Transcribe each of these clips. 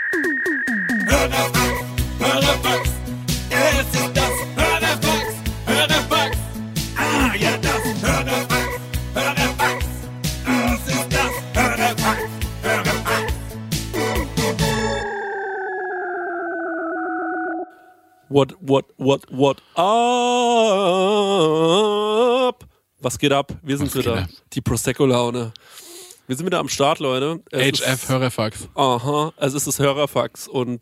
Hörerfax, es ist das Hörerfax. Ah, ja, das Hörerfax, es ist das Hörerfax. What up? Was geht ab? Wir sind wieder. Die Prosecco-Laune. Wir sind wieder am Start, Leute. HF Hörerfax. Aha, es ist das Hörerfax und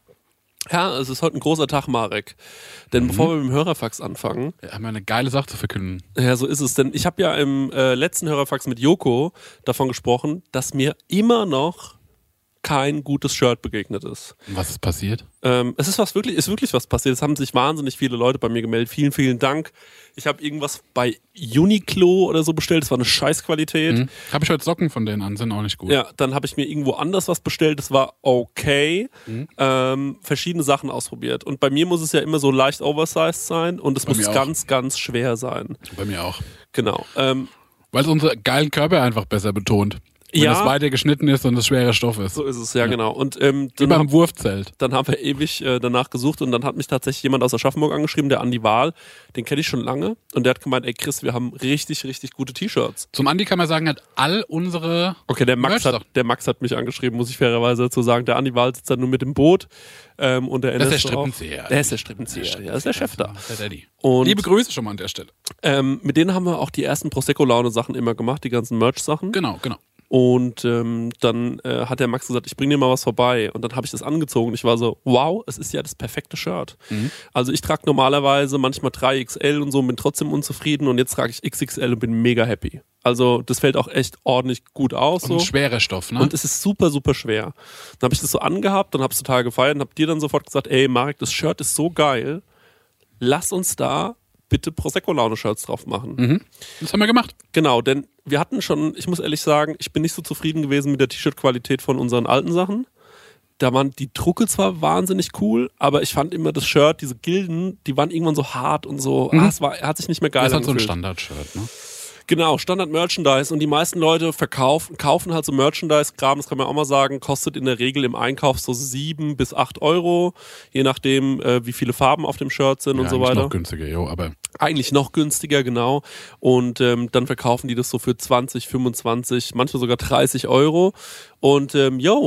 ja, es ist heute ein großer Tag, Marek. Denn bevor wir mit dem Hörerfax anfangen... Ja, haben wir eine geile Sache zu verkünden. Ja, so ist es. Denn ich habe ja im letzten Hörerfax mit Joko davon gesprochen, dass mir immer noch kein gutes Shirt begegnet ist. Was ist passiert? Es ist wirklich was passiert. Es haben sich wahnsinnig viele Leute bei mir gemeldet. Vielen, vielen Dank. Ich habe irgendwas bei Uniqlo oder so bestellt. Das war eine Scheißqualität. Habe ich heute Socken von denen an, sind auch nicht gut. Ja, dann habe ich mir irgendwo anders was bestellt. Das war okay. Verschiedene Sachen ausprobiert. Und bei mir muss es ja immer so leicht oversized sein und es muss ganz, ganz schwer sein. Bei mir auch. Genau. Weil es unsere geilen Körper einfach besser betont. Wenn es weiter geschnitten ist und es schwerer Stoff ist. So ist es, ja. Genau. Und wie beim Wurfzelt. Dann haben wir ewig danach gesucht und dann hat mich tatsächlich jemand aus Aschaffenburg angeschrieben, der Andi Wahl, den kenne ich schon lange und der hat gemeint, ey Chris, wir haben richtig, richtig gute T-Shirts. Zum Andi kann man sagen, hat all unsere... Okay, der Max hat mich angeschrieben, muss ich fairerweise dazu sagen. Der Andi Wahl sitzt dann nur mit dem Boot und der das ist der Strippenzieher. Der ist der Strippenzieher, ja, das ist der Chef da. Der Daddy. Und liebe Grüße schon mal an der Stelle. Mit denen haben wir auch die ersten Prosecco-Laune-Sachen immer gemacht, die ganzen Merch-Sachen. Genau. Und dann hat der Max gesagt, ich bring dir mal was vorbei. Und dann habe ich das angezogen und ich war so, wow, es ist ja das perfekte Shirt. Also ich trage normalerweise manchmal 3XL und so und bin trotzdem unzufrieden und jetzt trage ich XXL und bin mega happy. Also das fällt auch echt ordentlich gut aus. Und so. ein schwerer Stoff, ne? Und es ist super, super schwer. Dann habe ich das so angehabt und habe es total gefeiert und habe dir dann sofort gesagt, ey Marek, das Shirt ist so geil, lass uns da bitte Prosecco-Laune-Shirts drauf machen. Das haben wir gemacht. Genau, denn wir hatten schon, ich muss ehrlich sagen, ich bin nicht so zufrieden gewesen mit der T-Shirt-Qualität von unseren alten Sachen. Da waren die Drucke zwar wahnsinnig cool, aber ich fand immer das Shirt, diese Gilden, die waren irgendwann so hart und so. Hat sich nicht mehr geil angefühlt. Das ist halt so ein Standard-Shirt, ne? Genau, Standard-Merchandise und die meisten Leute kaufen halt so Merchandise-Kram, das kann man auch mal sagen, kostet in der Regel im Einkauf so 7 bis 8 Euro, je nachdem, wie viele Farben auf dem Shirt sind und so weiter. Noch günstiger, aber... Eigentlich noch günstiger, genau. Und dann verkaufen die das so für 20, 25, manchmal sogar 30 Euro. Und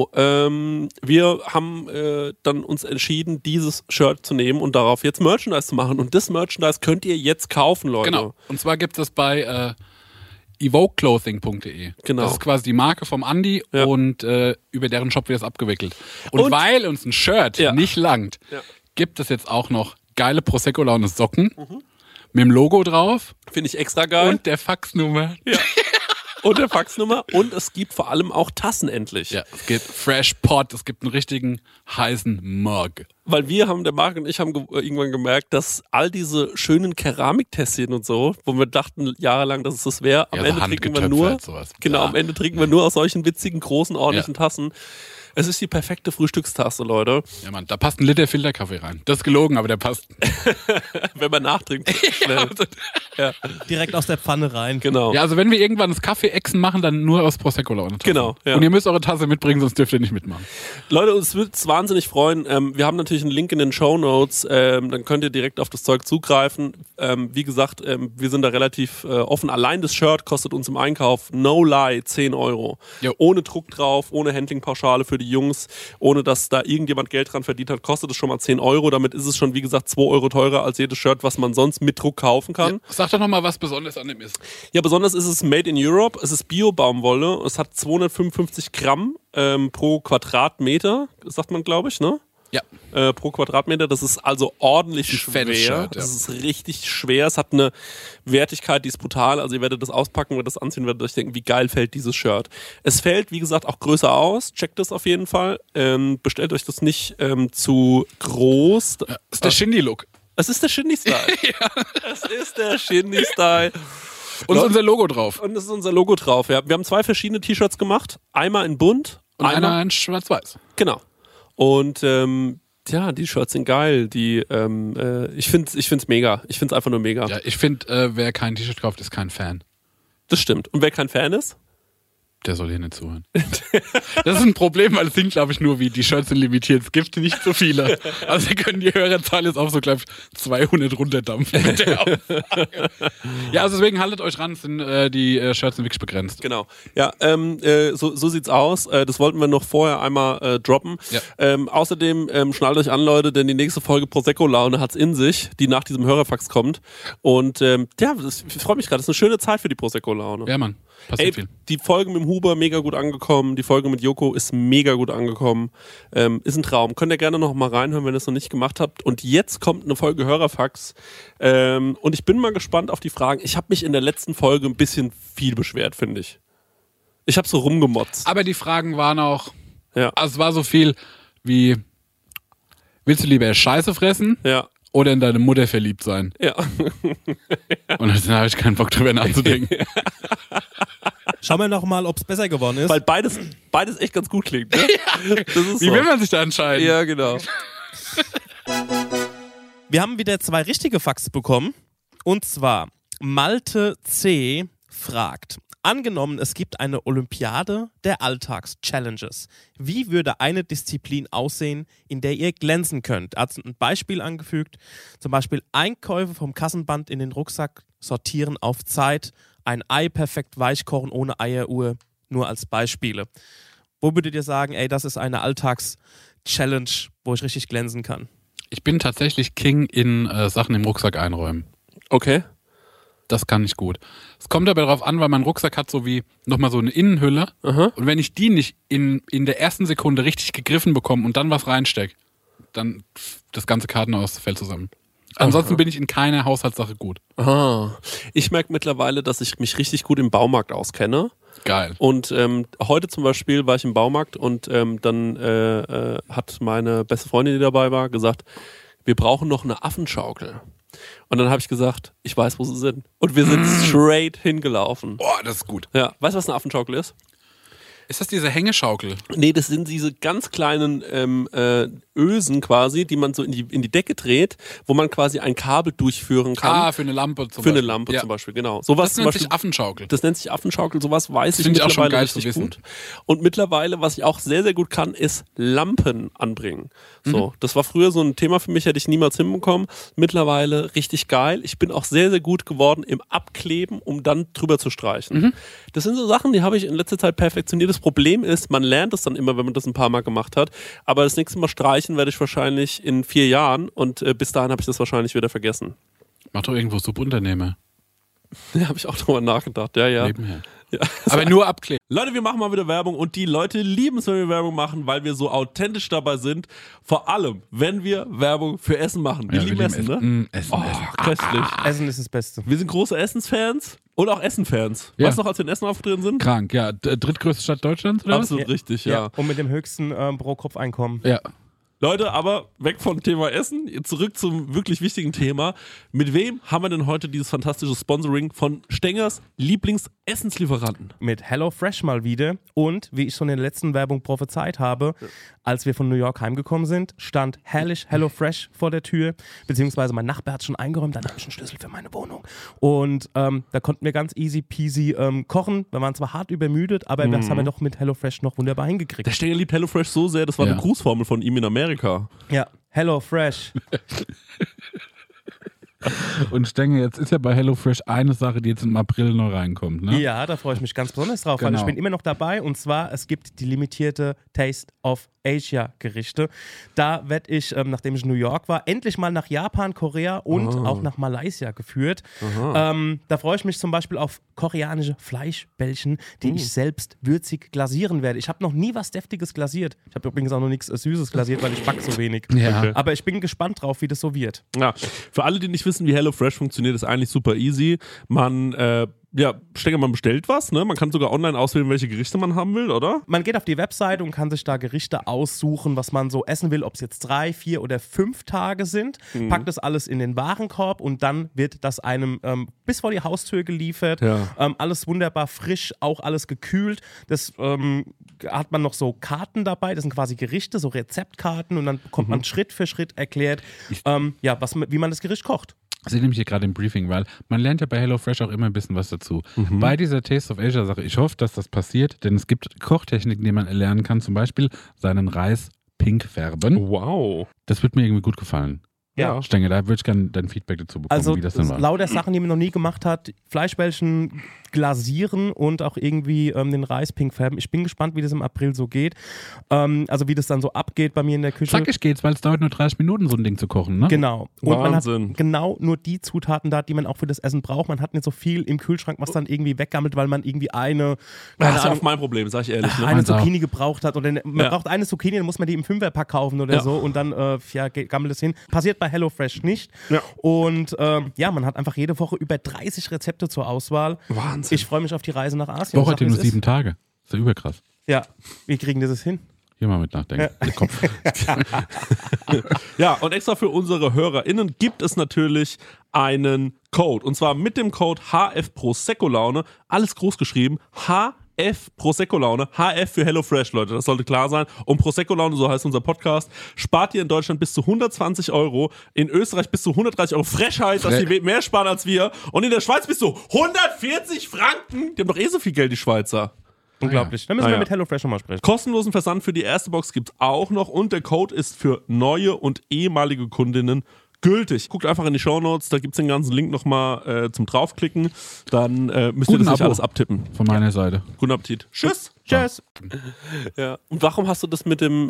wir haben dann uns entschieden, dieses Shirt zu nehmen und darauf jetzt Merchandise zu machen. Und das Merchandise könnt ihr jetzt kaufen, Leute. Genau. Und zwar gibt es bei evokeclothing.de. Genau. Das ist quasi die Marke vom Andi und über deren Shop wird es abgewickelt. Und weil uns ein Shirt nicht langt, gibt es jetzt auch noch geile Prosecco-Laune-Socken mit dem Logo drauf. Finde ich extra geil. Und der Faxnummer. Ja. Und der Faxnummer. Und es gibt vor allem auch Tassen endlich. Ja, es gibt Fresh Pot, es gibt einen richtigen heißen Mug. Weil der Marc und ich haben irgendwann gemerkt, dass all diese schönen Keramiktässchen und so, wo wir dachten jahrelang, dass es das wäre, am Ende trinken wir nur, am Ende trinken wir nur aus solchen witzigen, großen, ordentlichen Tassen. Es ist die perfekte Frühstückstasse, Leute. Ja, Mann, da passt ein Liter Filterkaffee rein. Das ist gelogen, aber der passt. Wenn man nachtrinkt. Schnell. Ja. Direkt aus der Pfanne rein. Genau. Ja, also wenn wir irgendwann das Kaffee-Echsen machen, dann nur aus Prosecco-Laune. Genau. Ja. Und ihr müsst eure Tasse mitbringen, sonst dürft ihr nicht mitmachen. Leute, uns würde es wahnsinnig freuen. Wir haben natürlich einen Link in den Shownotes. Dann könnt ihr direkt auf das Zeug zugreifen. Wie gesagt, wir sind da relativ offen. Allein das Shirt kostet uns im Einkauf, no lie, 10 Euro. Jo. Ohne Druck drauf, ohne Handlingpauschale für die Jungs, ohne dass da irgendjemand Geld dran verdient hat, kostet es schon mal 10 Euro. Damit ist es schon, wie gesagt, 2 Euro teurer als jedes Shirt, was man sonst mit Druck kaufen kann. Ja, sag doch nochmal, was besonders an dem ist. Ja, besonders ist es made in Europe. Es ist Bio-Baumwolle. Es hat 255 Gramm pro Quadratmeter, sagt man, glaube ich, ne? Ja. Pro Quadratmeter. Das ist also ordentlich schwer. Shirt, das ist richtig schwer. Es hat eine Wertigkeit, die ist brutal. Also ihr werdet das auspacken, werdet das anziehen, werdet euch denken, wie geil fällt dieses Shirt. Es fällt, wie gesagt, auch größer aus. Checkt das auf jeden Fall. Bestellt euch das nicht zu groß. Ja, ist der Shindy-Look. Es ist der Shindy-Style. Ja. Es ist der Shindy-Style. Und ist unser Logo drauf. Und es ist unser Logo drauf, ja. Wir haben 2 verschiedene T-Shirts gemacht. Einmal in bunt. Und einer in schwarz-weiß. Genau. Und die Shirts sind geil. Ich find's mega. Ich find's einfach nur mega. Ja, ich finde, wer kein T-Shirt kauft, ist kein Fan. Das stimmt. Und wer kein Fan ist? Der soll hier nicht zuhören. Das ist ein Problem, weil es sind, glaube ich, nur wie die Shirts sind limitiert. Es gibt nicht so viele. Also wir können die Hörerzahl jetzt auf so, glaube ich, 200 runterdampfen mit der Aussage. Ja, also deswegen haltet euch ran, sind die Shirts sind wirklich begrenzt. Genau. Ja, so sieht's aus. Das wollten wir noch vorher einmal droppen. Ja. Außerdem schnallt euch an, Leute, denn die nächste Folge Prosecco-Laune hat's in sich, die nach diesem Hörerfax kommt. Und ich freue mich gerade. Das ist eine schöne Zeit für die Prosecco-Laune. Ja, Mann. Passiert viel. Die Folge mit dem Huber mega gut angekommen, die Folge mit Joko ist mega gut angekommen, ist ein Traum. Könnt ihr gerne noch mal reinhören, wenn ihr es noch nicht gemacht habt. Und jetzt kommt eine Folge Hörerfax und ich bin mal gespannt auf die Fragen. Ich habe mich in der letzten Folge ein bisschen viel beschwert, finde ich. Ich habe so rumgemotzt. Aber die Fragen waren auch, Ja. also es war so viel wie, willst du lieber Scheiße fressen Ja. oder in deine Mutter verliebt sein? Ja. Und dann habe ich keinen Bock drüber nachzudenken. Schauen wir noch mal, ob es besser geworden ist. Weil beides echt ganz gut klingt, ne? Das ist Wie so. will man sich da entscheiden? Ja, genau. Wir haben wieder 2 richtige Fax bekommen. Und zwar Malte C. fragt: Angenommen, es gibt eine Olympiade der Alltags-Challenges. Wie würde eine Disziplin aussehen, in der ihr glänzen könnt? Er hat ein Beispiel angefügt. Zum Beispiel Einkäufe vom Kassenband in den Rucksack sortieren auf Zeit, ein Ei perfekt weich kochen ohne Eieruhr, nur als Beispiele. Wo würdet ihr sagen, ey, das ist eine Alltags-Challenge, wo ich richtig glänzen kann? Ich bin tatsächlich King in Sachen im Rucksack einräumen. Okay. Das kann ich gut. Es kommt aber darauf an, weil mein Rucksack hat so wie nochmal so eine Innenhülle. Aha. Und wenn ich die nicht in der ersten Sekunde richtig gegriffen bekomme und dann was reinstecke, dann das ganze Kartenhaus fällt zusammen. Ansonsten bin ich in keiner Haushaltssache gut. Ah. Ich merke mittlerweile, dass ich mich richtig gut im Baumarkt auskenne. Geil. Und heute zum Beispiel war ich im Baumarkt und dann hat meine beste Freundin, die dabei war, gesagt, wir brauchen noch eine Affenschaukel. Und dann habe ich gesagt, ich weiß, wo sie sind. Und wir sind straight hingelaufen. Oh, das ist gut. Ja, weißt du, was eine Affenschaukel ist? Ist das diese Hängeschaukel? Nee, das sind diese ganz kleinen Ösen quasi, die man so in die Decke dreht, wo man quasi ein Kabel durchführen kann. Ah, für eine Lampe zum Für Beispiel. eine Lampe Ja. zum Beispiel, genau. Sowas Das zum nennt Beispiel, sich Affenschaukel. das nennt sich Affenschaukel, sowas weiß ich finde ich auch schon mittlerweile geil zu richtig wissen. gut. Und mittlerweile, was ich auch sehr, sehr gut kann, ist Lampen anbringen. So, das war früher so ein Thema für mich, hätte ich niemals hinbekommen. Mittlerweile richtig geil. Ich bin auch sehr, sehr gut geworden im Abkleben, um dann drüber zu streichen. Das sind so Sachen, die habe ich in letzter Zeit perfektioniert. Das Problem ist, man lernt es dann immer, wenn man das ein paar Mal gemacht hat. Aber das nächste Mal streichen werde ich wahrscheinlich in 4 Jahren und bis dahin habe ich das wahrscheinlich wieder vergessen. Mach doch irgendwo Subunternehmer. Da habe ich auch drüber nachgedacht, ja. Nebenher. Ja. Aber nur abkleben. Leute, wir machen mal wieder Werbung und die Leute lieben es, wenn wir Werbung machen, weil wir so authentisch dabei sind. Vor allem, wenn wir Werbung für Essen machen. Wir lieben Essen, ne? Essen, Oh, Essen. köstlich. Essen ist das Beste. Wir sind große Essensfans und auch Essenfans. Ja. Weißt du noch, als wir in Essen aufgetreten sind? Krank, ja. Drittgrößte Stadt Deutschlands, oder was? Absolut richtig, ja. Und mit dem höchsten Pro-Kopf-Einkommen. Ja. Leute, aber weg vom Thema Essen, zurück zum wirklich wichtigen Thema. Mit wem haben wir denn heute dieses fantastische Sponsoring von Stengers Lieblingsessenslieferanten? Mit HelloFresh mal wieder. Und wie ich schon in der letzten Werbung prophezeit habe, als wir von New York heimgekommen sind, stand herrlich HelloFresh vor der Tür. Beziehungsweise mein Nachbar hat schon eingeräumt, dann habe ich einen Schlüssel für meine Wohnung. Und da konnten wir ganz easy peasy kochen. Wir waren zwar hart übermüdet, aber das haben wir doch mit HelloFresh noch wunderbar hingekriegt. Der Stenger liebt HelloFresh so sehr, das war Ja. eine Grußformel von ihm in Amerika. Ja, HelloFresh. Und Stenge, jetzt ist ja bei HelloFresh eine Sache, die jetzt im April noch reinkommt, ne? Ja, da freue ich mich ganz besonders drauf, weil Genau. ich bin immer noch dabei. Und zwar, es gibt die limitierte Taste of Asia Gerichte. Da werde ich, nachdem ich in New York war, endlich mal nach Japan, Korea und auch nach Malaysia geführt. Da freue ich mich zum Beispiel auf koreanische Fleischbällchen, die ich selbst würzig glasieren werde. Ich habe noch nie was Deftiges glasiert. Ich habe übrigens auch noch nichts Süßes glasiert, weil ich backe so wenig. Ja. Okay. Aber ich bin gespannt drauf, wie das so wird. Ja, für alle, die nicht wissen, wie HelloFresh funktioniert, ist eigentlich super easy. Man, Stenger, man bestellt was, ne? Man kann sogar online auswählen, welche Gerichte man haben will, oder? Man geht auf die Webseite und kann sich da Gerichte aussuchen, was man so essen will, ob es jetzt 3, 4 oder 5 Tage sind. Packt das alles in den Warenkorb und dann wird das einem bis vor die Haustür geliefert. Ja. Alles wunderbar frisch, auch alles gekühlt. Das hat man noch so Karten dabei, das sind quasi Gerichte, so Rezeptkarten und dann bekommt man Schritt für Schritt erklärt, wie man das Gericht kocht. Das sehe nämlich hier gerade im Briefing, weil man lernt ja bei HelloFresh auch immer ein bisschen was dazu. Bei dieser Taste of Asia Sache, ich hoffe, dass das passiert, denn es gibt Kochtechniken, die man erlernen kann, zum Beispiel seinen Reis pink färben. Wow. Das wird mir irgendwie gut gefallen. Ja. Stenge, da würde ich gerne dein Feedback dazu bekommen, Also wie das denn war. lauter Sachen, die man noch nie gemacht hat, Fleischbällchen glasieren und auch irgendwie den Reis pink färben. Ich bin gespannt, wie das im April so geht. Also wie das dann so abgeht bei mir in der Küche. Zackig geht's, weil es dauert nur 30 Minuten, so ein Ding zu kochen, ne? Genau. Und Wahnsinn. man hat genau nur die Zutaten da, die man auch für das Essen braucht. Man hat nicht so viel im Kühlschrank, was dann irgendwie weggammelt, weil man irgendwie Das ist ja auch mein Problem, sag ich ehrlich. Ne? eine Zucchini gebraucht hat. Oder man braucht eine Zucchini, dann muss man die im Fünferpack kaufen oder so und dann gammelt es hin. Passiert bei HelloFresh nicht. Ja. Und man hat einfach jede Woche über 30 Rezepte zur Auswahl. Wahnsinn. Ich freue mich auf die Reise nach Asien. Woche Sag, hat ja wie nur es 7 ist. Tage. Ist ja überkrass. Ja, wie kriegen die das hin? Hier mal mit nachdenken. Der Kopf. Ja, und extra für unsere HörerInnen gibt es natürlich einen Code. Und zwar mit dem Code HF Prosecco Laune. Alles groß geschrieben. HF Prosecco Laune. HF für HelloFresh, Leute. Das sollte klar sein. Und Prosecco Laune, so heißt unser Podcast, spart ihr in Deutschland bis zu 120 €. In Österreich bis zu 130 €. Frechheit, dass die mehr sparen als wir. Und in der Schweiz bis zu 140 Franken. Die haben doch eh so viel Geld, die Schweizer. Unglaublich. Dann müssen wir mit HelloFresh nochmal sprechen. Kostenlosen Versand für die erste Box gibt's auch noch und der Code ist für neue und ehemalige Kundinnen gültig. Guckt einfach in die Shownotes, da gibt's den ganzen Link nochmal zum draufklicken. Dann müsst ihr das nicht alles abtippen. Von meiner Seite. Guten Appetit. Tschüss. Tschüss. Ja. Und warum hast du das mit dem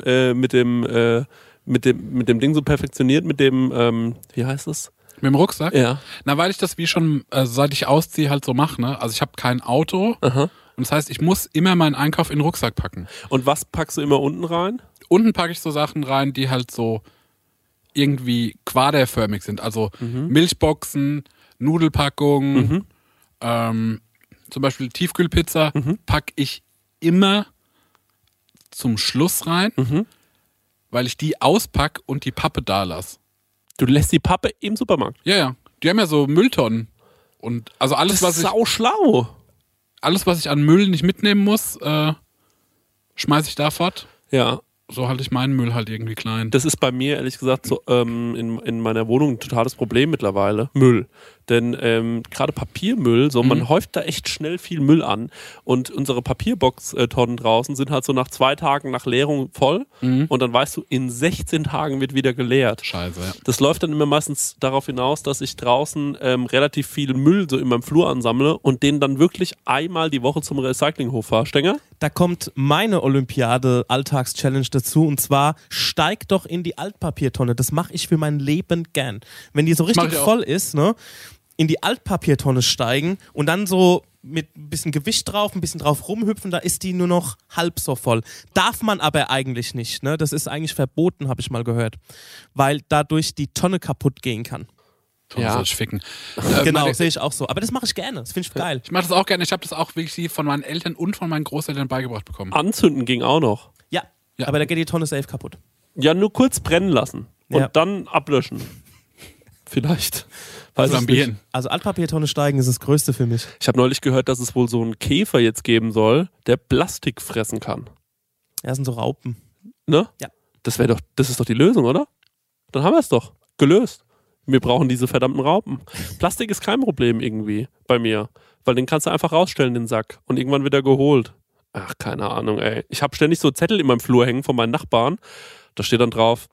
Ding so perfektioniert? Mit dem, wie heißt das? Mit dem Rucksack? Ja. Na, weil ich das wie schon, seit ich ausziehe, halt so mache, ne? Also ich habe kein Auto. Aha. Und das heißt, ich muss immer meinen Einkauf in den Rucksack packen. Und was packst du immer unten rein? Unten packe ich so Sachen rein, die halt so irgendwie quaderförmig sind. Also Milchboxen, Nudelpackungen, zum Beispiel Tiefkühlpizza packe ich immer zum Schluss rein, weil ich die auspacke und die Pappe da lasse. Du lässt die Pappe im Supermarkt. Ja. Die haben ja so Mülltonnen. Und also alles, Das ist sau schlau. Alles, was ich an Müll nicht mitnehmen muss, schmeiße ich da fort. Ja. So halte ich meinen Müll halt irgendwie klein. Das ist bei mir, ehrlich gesagt, so, in meiner Wohnung ein totales Problem mittlerweile. Müll. Denn gerade Papiermüll, so man häuft da echt schnell viel Müll an. Und unsere Papierbox-Tonnen draußen sind halt so nach 2 Tagen nach Leerung voll. Und dann weißt du, in 16 Tagen wird wieder geleert. Scheiße, ja. Das läuft dann immer meistens darauf hinaus, dass ich draußen relativ viel Müll so in meinem Flur ansammle und den dann wirklich einmal die Woche zum Recyclinghof fahre. Stenger? Da kommt meine Olympiade-Alltags-Challenge dazu und zwar steig doch in die Altpapiertonne. Das mache ich für mein Leben gern. Wenn die so richtig voll ist, ne, in die Altpapiertonne steigen und dann so mit ein bisschen Gewicht drauf, ein bisschen drauf rumhüpfen, da ist die nur noch halb so voll. Darf man aber eigentlich nicht, ne? Das ist eigentlich verboten, habe ich mal gehört, weil dadurch die Tonne kaputt gehen kann. Ja. Soll ich ficken. Genau, sehe ich auch so. Aber das mache ich gerne, das finde ich geil. Ich mache das auch gerne. Ich habe das auch wirklich von meinen Eltern und von meinen Großeltern beigebracht bekommen. Anzünden ging auch noch. Ja, aber da geht die Tonne safe kaputt. Ja, nur kurz brennen lassen und dann ablöschen. Vielleicht. Weiß ich nicht. Also Altpapiertonne steigen ist das Größte für mich. Ich habe neulich gehört, dass es wohl so einen Käfer jetzt geben soll, der Plastik fressen kann. Ja, sind so Raupen. Ne? Ja. Das ist doch die Lösung, oder? Dann haben wir es doch gelöst. Wir brauchen diese verdammten Raupen. Plastik ist kein Problem irgendwie bei mir, weil den kannst du einfach rausstellen, den Sack. Und irgendwann wird er geholt. Ach, keine Ahnung, ey. Ich habe ständig so Zettel in meinem Flur hängen von meinen Nachbarn. Da steht dann drauf,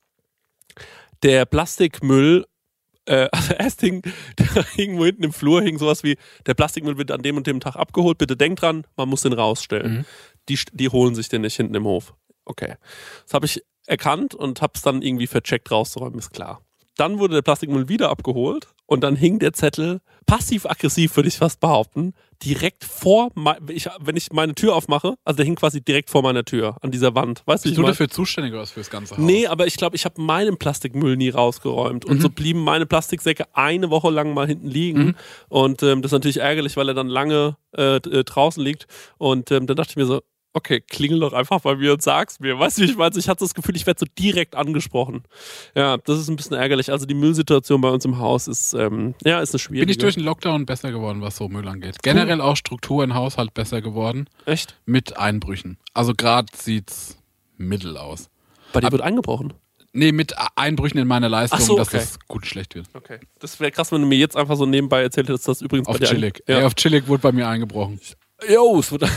der Plastikmüll, also erst hing irgendwo hinten im Flur hing sowas wie, der Plastikmüll wird an dem und dem Tag abgeholt, bitte denkt dran, man muss den rausstellen. Die holen sich den nicht hinten im Hof. Okay. Das habe ich erkannt und habe es dann irgendwie vercheckt rauszuräumen, ist klar. Dann wurde der Plastikmüll wieder abgeholt und dann hing der Zettel, passiv-aggressiv würde ich fast behaupten, direkt vor, wenn ich meine Tür aufmache, also der hing quasi direkt vor meiner Tür, an dieser Wand. Weißt du, Bist du dafür zuständig oder was für das ganze Haus? Nee, aber ich glaube, ich habe meinen Plastikmüll nie rausgeräumt und so blieben meine Plastiksäcke eine Woche lang mal hinten liegen und das ist natürlich ärgerlich, weil er dann lange draußen liegt und dann dachte ich mir so, okay, klingel doch einfach bei mir und sag's mir. Weißt du, wie ich meine? Ich hatte das Gefühl, ich werde so direkt angesprochen. Ja, das ist ein bisschen ärgerlich. Also die Müllsituation bei uns im Haus ist, ist eine schwierige. Bin ich durch den Lockdown besser geworden, was so Müll angeht. Generell auch Struktur im Haushalt besser geworden. Echt? Mit Einbrüchen. Also gerade sieht's mittel aus. Bei dir wird eingebrochen? Nee, mit Einbrüchen in meine Leistung, Ach so, dass okay. das gut schlecht wird. Okay. Das wäre krass, wenn du mir jetzt einfach so nebenbei erzählt hättest, dass das übrigens Auf bei dir Chillig. Ja. Ey, auf Chillig wurde bei mir eingebrochen. Jo, es wird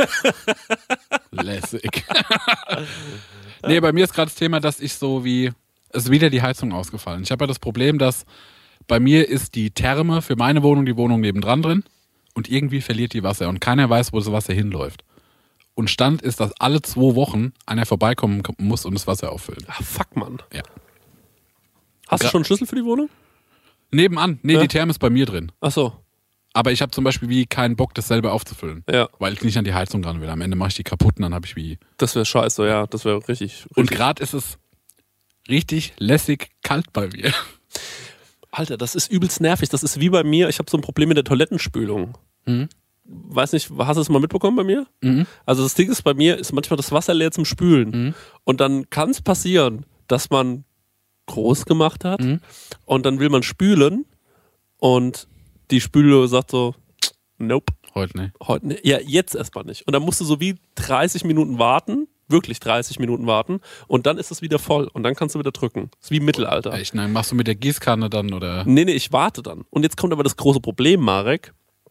Lässig. Nee, bei mir ist gerade das Thema, dass ich so wie... Es ist wieder die Heizung ausgefallen. Ich habe ja das Problem, dass bei mir ist die Therme für meine Wohnung, die Wohnung nebendran drin und irgendwie verliert die Wasser und keiner weiß, wo das Wasser hinläuft. Und Stand ist, dass alle 2 Wochen einer vorbeikommen muss und das Wasser auffüllen. Ach, fuck, Mann. Ja. Hast du schon einen Schlüssel für die Wohnung? Nebenan. Nee, Ja? die Therme ist bei mir drin. Ach so. Aber ich habe zum Beispiel wie keinen Bock, das selber aufzufüllen. Ja. Weil ich nicht an die Heizung dran will. Am Ende mache ich die kaputt und dann habe ich wie... Das wäre scheiße, ja. Das wäre richtig. Und gerade ist es richtig lässig kalt bei mir. Alter, das ist übelst nervig. Das ist wie bei mir. Ich habe so ein Problem mit der Toilettenspülung. Weiß nicht, hast du es mal mitbekommen bei mir? Also das Ding ist, bei mir ist manchmal das Wasser leer zum Spülen. Und dann kann es passieren, dass man groß gemacht hat und dann will man spülen und die Spüle sagt so, nope. Heute, ne? Heute, ja, jetzt erstmal nicht. Und dann musst du so wie 30 Minuten warten, wirklich 30 Minuten warten und dann ist es wieder voll und dann kannst du wieder drücken. Das ist wie im Mittelalter. Echt? Nein, machst du mit der Gießkanne dann oder? Nee, ich warte dann. Und jetzt kommt aber das große Problem, Marek.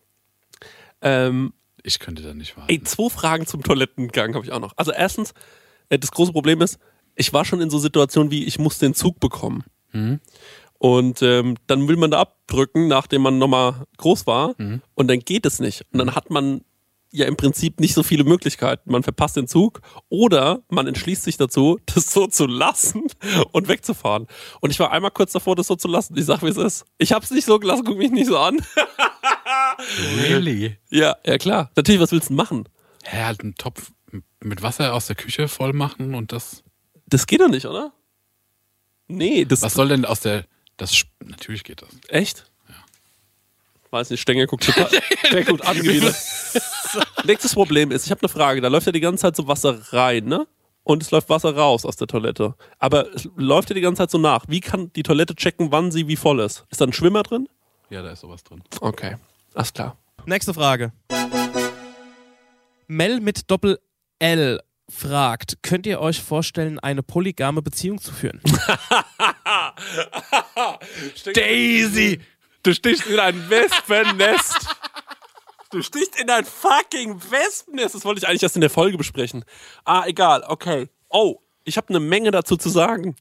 Ich könnte da nicht warten. Ey, 2 Fragen zum Toilettengang habe ich auch noch. Also erstens, das große Problem ist, ich war schon in so Situationen wie, ich muss den Zug bekommen. Und dann will man da abdrücken, nachdem man nochmal groß war. Und dann geht es nicht. Und dann hat man ja im Prinzip nicht so viele Möglichkeiten. Man verpasst den Zug oder man entschließt sich dazu, das so zu lassen und wegzufahren. Und ich war einmal kurz davor, das so zu lassen. Ich sag, wie es ist. Ich hab's nicht so gelassen, guck mich nicht so an. Really? Ja, klar. Natürlich, was willst du denn machen? Hä, halt einen Topf mit Wasser aus der Küche voll machen und das... Das geht doch nicht, oder? Nee, das... Was soll denn aus der... Natürlich geht das. Echt? Ja. Weiß nicht, Stenger guckt total der guckt an wieder. Nächstes Problem ist, ich habe eine Frage, da läuft ja die ganze Zeit so Wasser rein, ne? Und es läuft Wasser raus aus der Toilette. Aber es läuft ja die ganze Zeit so nach. Wie kann die Toilette checken, wann sie wie voll ist? Ist da ein Schwimmer drin? Ja, da ist sowas drin. Okay, alles klar. Nächste Frage. Mel mit Doppel-L fragt, könnt ihr euch vorstellen, eine polygame Beziehung zu führen? Daisy! Du stichst in ein Wespennest. Du stichst in ein fucking Wespennest. Das wollte ich eigentlich erst in der Folge besprechen. Ah, egal, okay. Oh, ich habe eine Menge dazu zu sagen.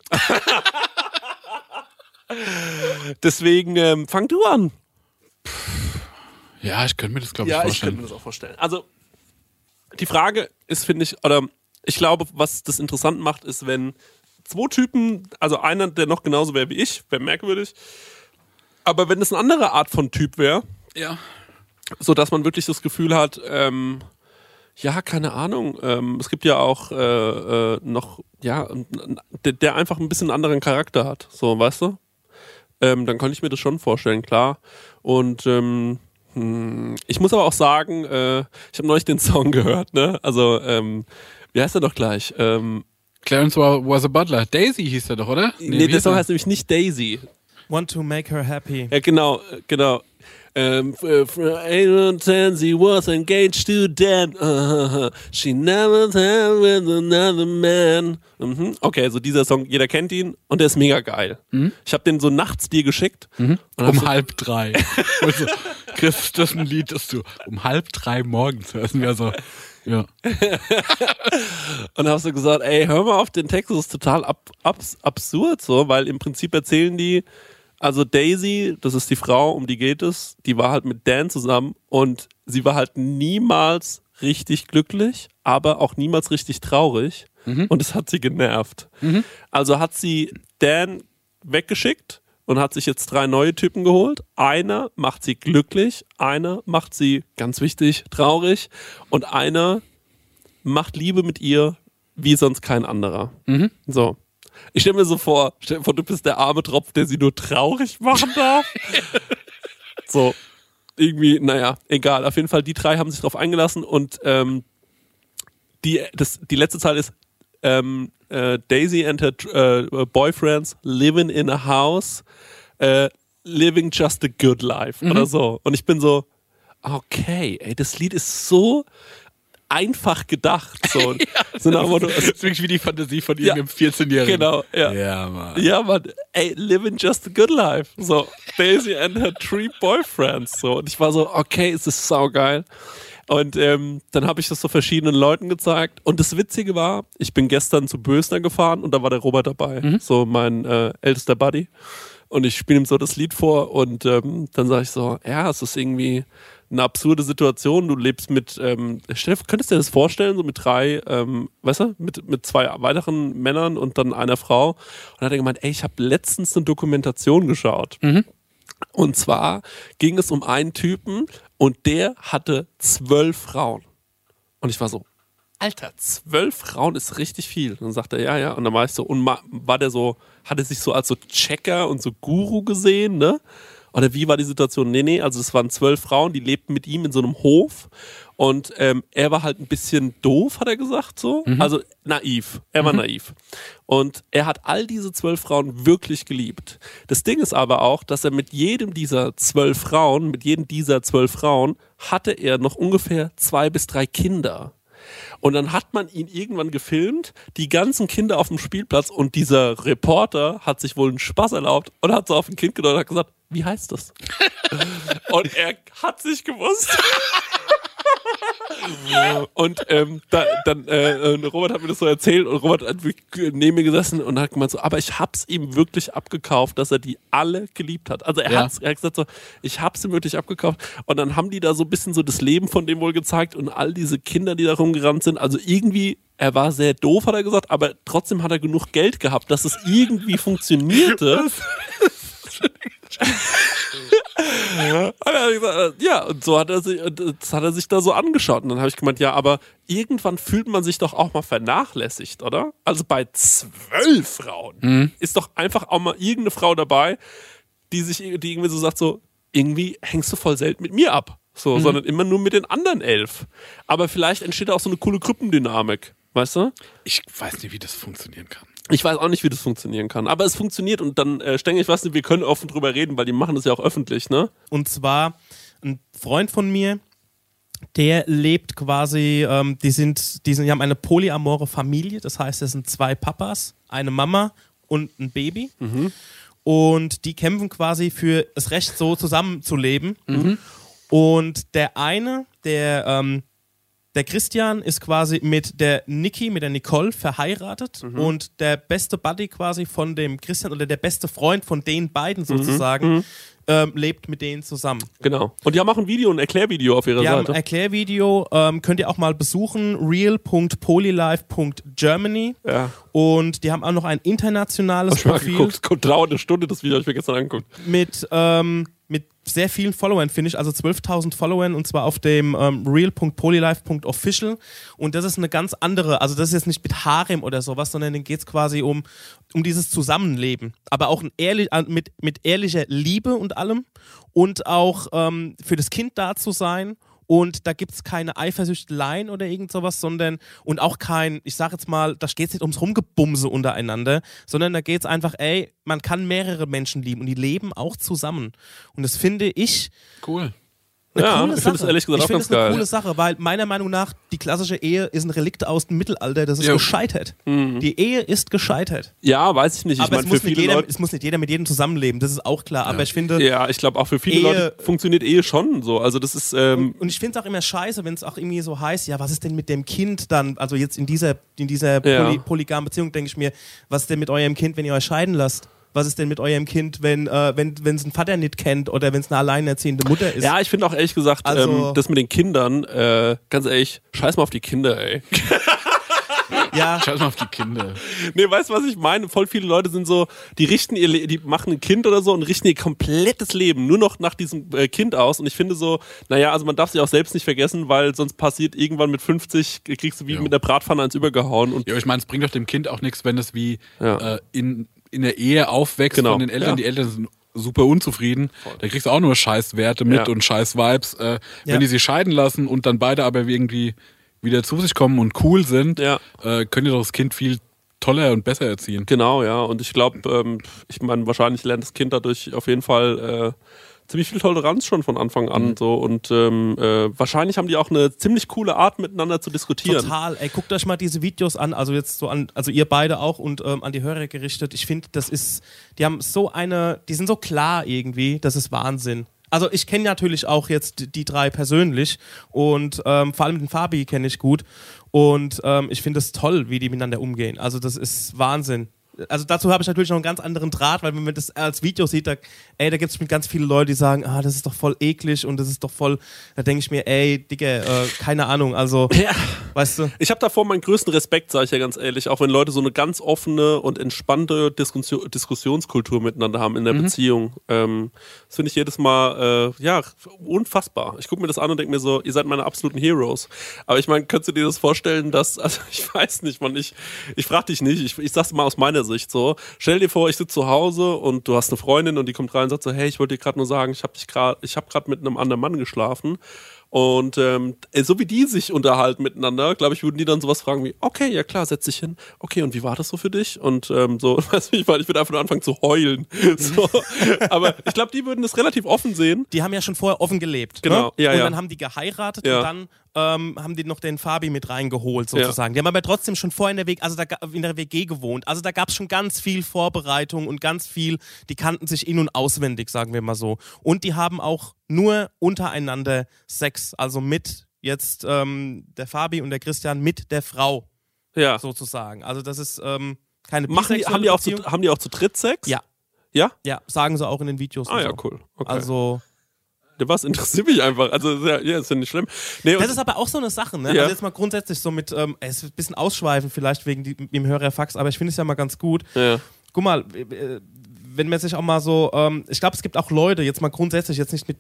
Deswegen fang du an. Ja, ich könnte mir das, glaube ich, Ja, ich vorstellen. könnte mir das auch vorstellen. Also, die Frage ist, finde ich, oder ich glaube, was das interessant macht, ist, wenn 2 Typen, also einer, der noch genauso wäre wie ich, wäre merkwürdig, aber wenn es eine andere Art von Typ wäre, Ja. so dass man wirklich das Gefühl hat, ja, keine Ahnung, es gibt ja auch noch, ja, der einfach ein bisschen einen anderen Charakter hat, so, weißt du? Dann kann ich mir das schon vorstellen, klar. Und ich muss aber auch sagen, ich habe neulich den Song gehört, ne? Also, wie heißt der doch gleich? Clarence was a Butler. Daisy hieß der doch, oder? Nee, der Song heißt nämlich nicht Daisy. Want to make her happy. Ja, genau. For 8 and 10, she was engaged to Dan. She never had with another man. Okay, so dieser Song, jeder kennt ihn und der ist mega geil. Ich habe den so nachts dir geschickt. Und hab Um so, 2:30. Also, Chris, das ist ein Lied, das du um 2:30 morgens hörst. Wir so, ja. und hast du gesagt, ey, hör mal auf den Text, das ist total absurd so, weil im Prinzip erzählen die, also Daisy, das ist die Frau, um die geht es, die war halt mit Dan zusammen und sie war halt niemals richtig glücklich, aber auch niemals richtig traurig und es hat sie genervt. Also hat sie Dan weggeschickt und hat sich jetzt 3 neue Typen geholt. Einer macht sie glücklich, einer macht sie, ganz wichtig, traurig und einer macht Liebe mit ihr wie sonst kein anderer. So. Ich stell mir vor, du bist der arme Tropf, der sie nur traurig machen darf. So, irgendwie, naja, egal. Auf jeden Fall, die 3 haben sich drauf eingelassen und die letzte Zahl ist Daisy and her boyfriends living in a house, living just a good life oder so. Und ich bin so, okay, ey, das Lied ist so einfach gedacht. So, so nach dem Motto, das ist wirklich wie die Fantasie von irgendeinem 14-Jährigen. Genau, ja. Ja, Mann. Ja, Mann, ey, living just a good life. So, Daisy and her 3 boyfriends. So, und ich war so, okay, es ist saugeil. Und dann habe ich das so verschiedenen Leuten gezeigt. Und das Witzige war, ich bin gestern zu Bösner gefahren und da war der Robert dabei. So mein ältester Buddy. Und ich spiele ihm so das Lied vor und dann sage ich so, ja, es ist irgendwie eine absurde Situation. Du lebst mit, könntest du dir das vorstellen, so mit 3, weißt du, mit 2 weiteren Männern und dann einer Frau. Und dann hat er gemeint, ey, ich habe letztens eine Dokumentation geschaut. Und zwar ging es um einen Typen und der hatte 12 Frauen. Und ich war so, Alter, 12 Frauen ist richtig viel. Und dann sagt er, ja. Und dann war ich so, und war der so, hat er sich so als so Checker und so Guru gesehen, ne? Oder wie war die Situation? Nee, also es waren 12 Frauen, die lebten mit ihm in so einem Hof. Und er war halt ein bisschen doof, hat er gesagt, so. Also naiv. Er war naiv. Und er hat all diese 12 Frauen wirklich geliebt. Das Ding ist aber auch, dass er mit jedem dieser 12 Frauen, hatte er noch ungefähr 2 bis 3 Kinder. Und dann hat man ihn irgendwann gefilmt, die ganzen Kinder auf dem Spielplatz und dieser Reporter hat sich wohl einen Spaß erlaubt und hat so auf ein Kind gedeutet und hat gesagt, wie heißt das? Und er hat sich gewusst. Und Robert hat mir das so erzählt und Robert hat neben mir gesessen und hat gemeint so, aber ich hab's ihm wirklich abgekauft, dass er die alle geliebt hat. Also er hat gesagt so, ich hab's ihm wirklich abgekauft und dann haben die da so ein bisschen so das Leben von dem wohl gezeigt und all diese Kinder, die da rumgerannt sind, also irgendwie, er war sehr doof, hat er gesagt, aber trotzdem hat er genug Geld gehabt, dass es irgendwie funktionierte. Ja, und so hat er sich da so angeschaut. Und dann habe ich gemeint, ja, aber irgendwann fühlt man sich doch auch mal vernachlässigt, oder? Also bei 12 Frauen ist doch einfach auch mal irgendeine Frau dabei, die irgendwie so sagt, so, irgendwie hängst du voll selten mit mir ab. So, sondern immer nur mit den anderen 11. Aber vielleicht entsteht auch so eine coole Gruppendynamik, weißt du? Ich weiß nicht, wie das funktionieren kann. Ich weiß auch nicht, wie das funktionieren kann. Aber es funktioniert und dann, Stengel, ich weiß nicht, wir können offen drüber reden, weil die machen das ja auch öffentlich, ne? Und zwar ein Freund von mir, der lebt quasi, die haben eine polyamore Familie, das heißt, es sind 2 Papas, eine Mama und ein Baby. Und die kämpfen quasi für das Recht, so zusammenzuleben. Und der eine, der Christian ist quasi mit der Nicole verheiratet und der beste Buddy quasi von dem Christian oder der beste Freund von den beiden sozusagen lebt mit denen zusammen. Genau. Und die haben auch ein Video, ein Erklärvideo auf ihrer Seite. Die haben ein Erklärvideo, könnt ihr auch mal besuchen, real.polylife.germany. Ja. Und die haben auch noch ein internationales Profil. Dauert eine Stunde, das Video habe ich mir gestern angeguckt. Mit sehr vielen Followern, finde ich, also 12.000 Followern und zwar auf dem real.polylife.official und das ist eine ganz andere, also das ist jetzt nicht mit Harem oder sowas, sondern dann geht es quasi um dieses Zusammenleben, aber auch mit ehrlicher Liebe und allem und auch für das Kind da zu sein. Und da gibt es keine Eifersüchteleien oder irgend sowas, sondern und auch kein, ich sag jetzt mal, da geht es nicht ums Rumgebumse untereinander, sondern da geht es einfach, man kann mehrere Menschen lieben und die leben auch zusammen. Und das finde ich cool. Ja, ich finde es ehrlich gesagt auch ganz geil. eine coole Sache, weil meiner Meinung nach die klassische Ehe ist ein Relikt aus dem Mittelalter, das ist gescheitert. Die Ehe ist gescheitert. Ja, weiß ich nicht. Aber es muss nicht jeder mit jedem zusammenleben, das ist auch klar. Ja. Aber ich finde... Ja, ich glaube auch für viele Leute funktioniert Ehe schon so. Also das ist... Und ich finde es auch immer scheiße, wenn es auch irgendwie so heißt, ja, was ist denn mit dem Kind dann, also jetzt in dieser polygamen Beziehung denke ich mir, was ist denn mit eurem Kind, wenn ihr euch scheiden lasst? Was ist denn mit eurem Kind, wenn es einen Vater nicht kennt oder wenn es eine alleinerziehende Mutter ist? Ja, ich finde auch ehrlich gesagt, das mit den Kindern, ganz ehrlich, scheiß mal auf die Kinder, ey. Ja. Scheiß mal auf die Kinder. Nee, weißt du, was ich meine? Voll viele Leute sind so, die machen ein Kind oder so und richten ihr komplettes Leben nur noch nach diesem Kind aus. Und ich finde so, naja, also man darf sich auch selbst nicht vergessen, weil sonst passiert irgendwann mit 50, kriegst du wie mit der Bratpfanne eins übergehauen. Und ja, ich meine, es bringt doch dem Kind auch nichts, wenn es wie in der Ehe aufwächst von den Eltern. Ja. Die Eltern sind super unzufrieden. Da kriegst du auch nur Scheißwerte mit und Scheiß-Vibes. Wenn die sich scheiden lassen und dann beide aber irgendwie wieder zu sich kommen und cool sind, können die doch das Kind viel toller und besser erziehen. Genau, ja. Und ich glaube, ich meine, wahrscheinlich lernt das Kind dadurch auf jeden Fall ziemlich viel Toleranz schon von Anfang an so und wahrscheinlich haben die auch eine ziemlich coole Art miteinander zu diskutieren. Total, ey, guckt euch mal diese Videos an, also jetzt so also ihr beide auch und an die Hörer gerichtet. Ich finde, die haben die sind so klar irgendwie, das ist Wahnsinn. Also ich kenne natürlich auch jetzt die drei persönlich und vor allem den Fabi kenne ich gut und ich finde es toll, wie die miteinander umgehen. Also das ist Wahnsinn. Also dazu habe ich natürlich noch einen ganz anderen Draht, weil wenn man das als Video sieht, da gibt es ganz viele Leute, die sagen, das ist doch voll eklig und das ist doch voll, da denke ich mir, Digga, keine Ahnung, also, weißt du. Ich habe davor meinen größten Respekt, sage ich ja ganz ehrlich, auch wenn Leute so eine ganz offene und entspannte Diskussionskultur miteinander haben in der Beziehung. Das finde ich jedes Mal, unfassbar. Ich gucke mir das an und denke mir so, ihr seid meine absoluten Heroes. Aber ich meine, könntest du dir das vorstellen, dass, also ich weiß nicht, man, ich frage dich nicht, ich sag's mal aus meiner Sicht so, stell dir vor, ich sitze zu Hause und du hast eine Freundin und die kommt rein und sagt so, hey, ich wollte dir gerade nur sagen, ich habe gerade mit einem anderen Mann geschlafen und so wie die sich unterhalten miteinander, glaube ich, würden die dann sowas fragen wie, okay, ja klar, setz dich hin, okay, und wie war das so für dich? Und so, weißt du, ich würde einfach nur anfangen zu heulen. So. Aber ich glaube, die würden das relativ offen sehen. Die haben ja schon vorher offen gelebt. Genau, ne? ja, und ja. dann haben die geheiratet und dann haben die noch den Fabi mit reingeholt sozusagen. Die haben aber trotzdem schon vorher in der WG gewohnt. Also da gab es schon ganz viel Vorbereitung und ganz viel, die kannten sich in- und auswendig, sagen wir mal so. Und die haben auch nur untereinander Sex, also mit jetzt der Fabi und der Christian mit der Frau sozusagen. Also das ist keine haben die auch zu dritt Sex? Ja. Ja? Ja, sagen sie auch in den Videos. Ah ja, so. cool. Okay. Also was interessiert mich einfach. Also, ist ja nicht schlimm. Nee, das ist aber auch so eine Sache, ne? Ja. Also jetzt mal grundsätzlich so mit, es ist ein bisschen ausschweifen vielleicht wegen dem Hörerfax, aber ich finde es ja mal ganz gut. Ja. Guck mal, wenn man sich auch mal so, ich glaube, es gibt auch Leute, jetzt mal grundsätzlich, jetzt nicht mit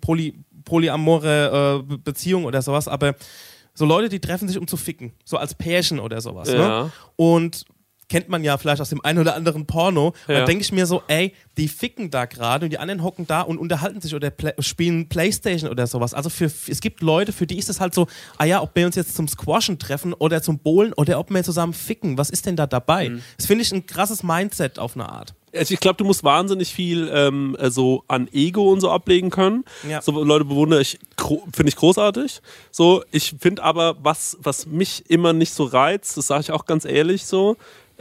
polyamore Beziehung oder sowas, aber so Leute, die treffen sich, um zu ficken. So als Pärchen oder sowas, ne? Und kennt man ja vielleicht aus dem einen oder anderen Porno. Und da denke ich mir so, die ficken da gerade und die anderen hocken da und unterhalten sich oder spielen Playstation oder sowas. Also es gibt Leute, für die ist es halt so, ob wir uns jetzt zum Squashen treffen oder zum Bowlen oder ob wir zusammen ficken. Was ist denn da dabei? Das finde ich ein krasses Mindset auf eine Art. Also ich glaube, du musst wahnsinnig viel so an Ego und so ablegen können. Ja. So Leute finde ich großartig. So, ich finde aber, was mich immer nicht so reizt, das sage ich auch ganz ehrlich so,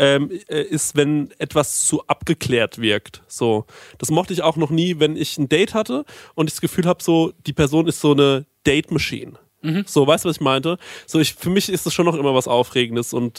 ist, wenn etwas zu abgeklärt wirkt. So, das mochte ich auch noch nie, wenn ich ein Date hatte und ich das Gefühl habe, so die Person ist so eine Date-Machine. So, weißt du, was ich meinte? So, für mich ist das schon noch immer was Aufregendes und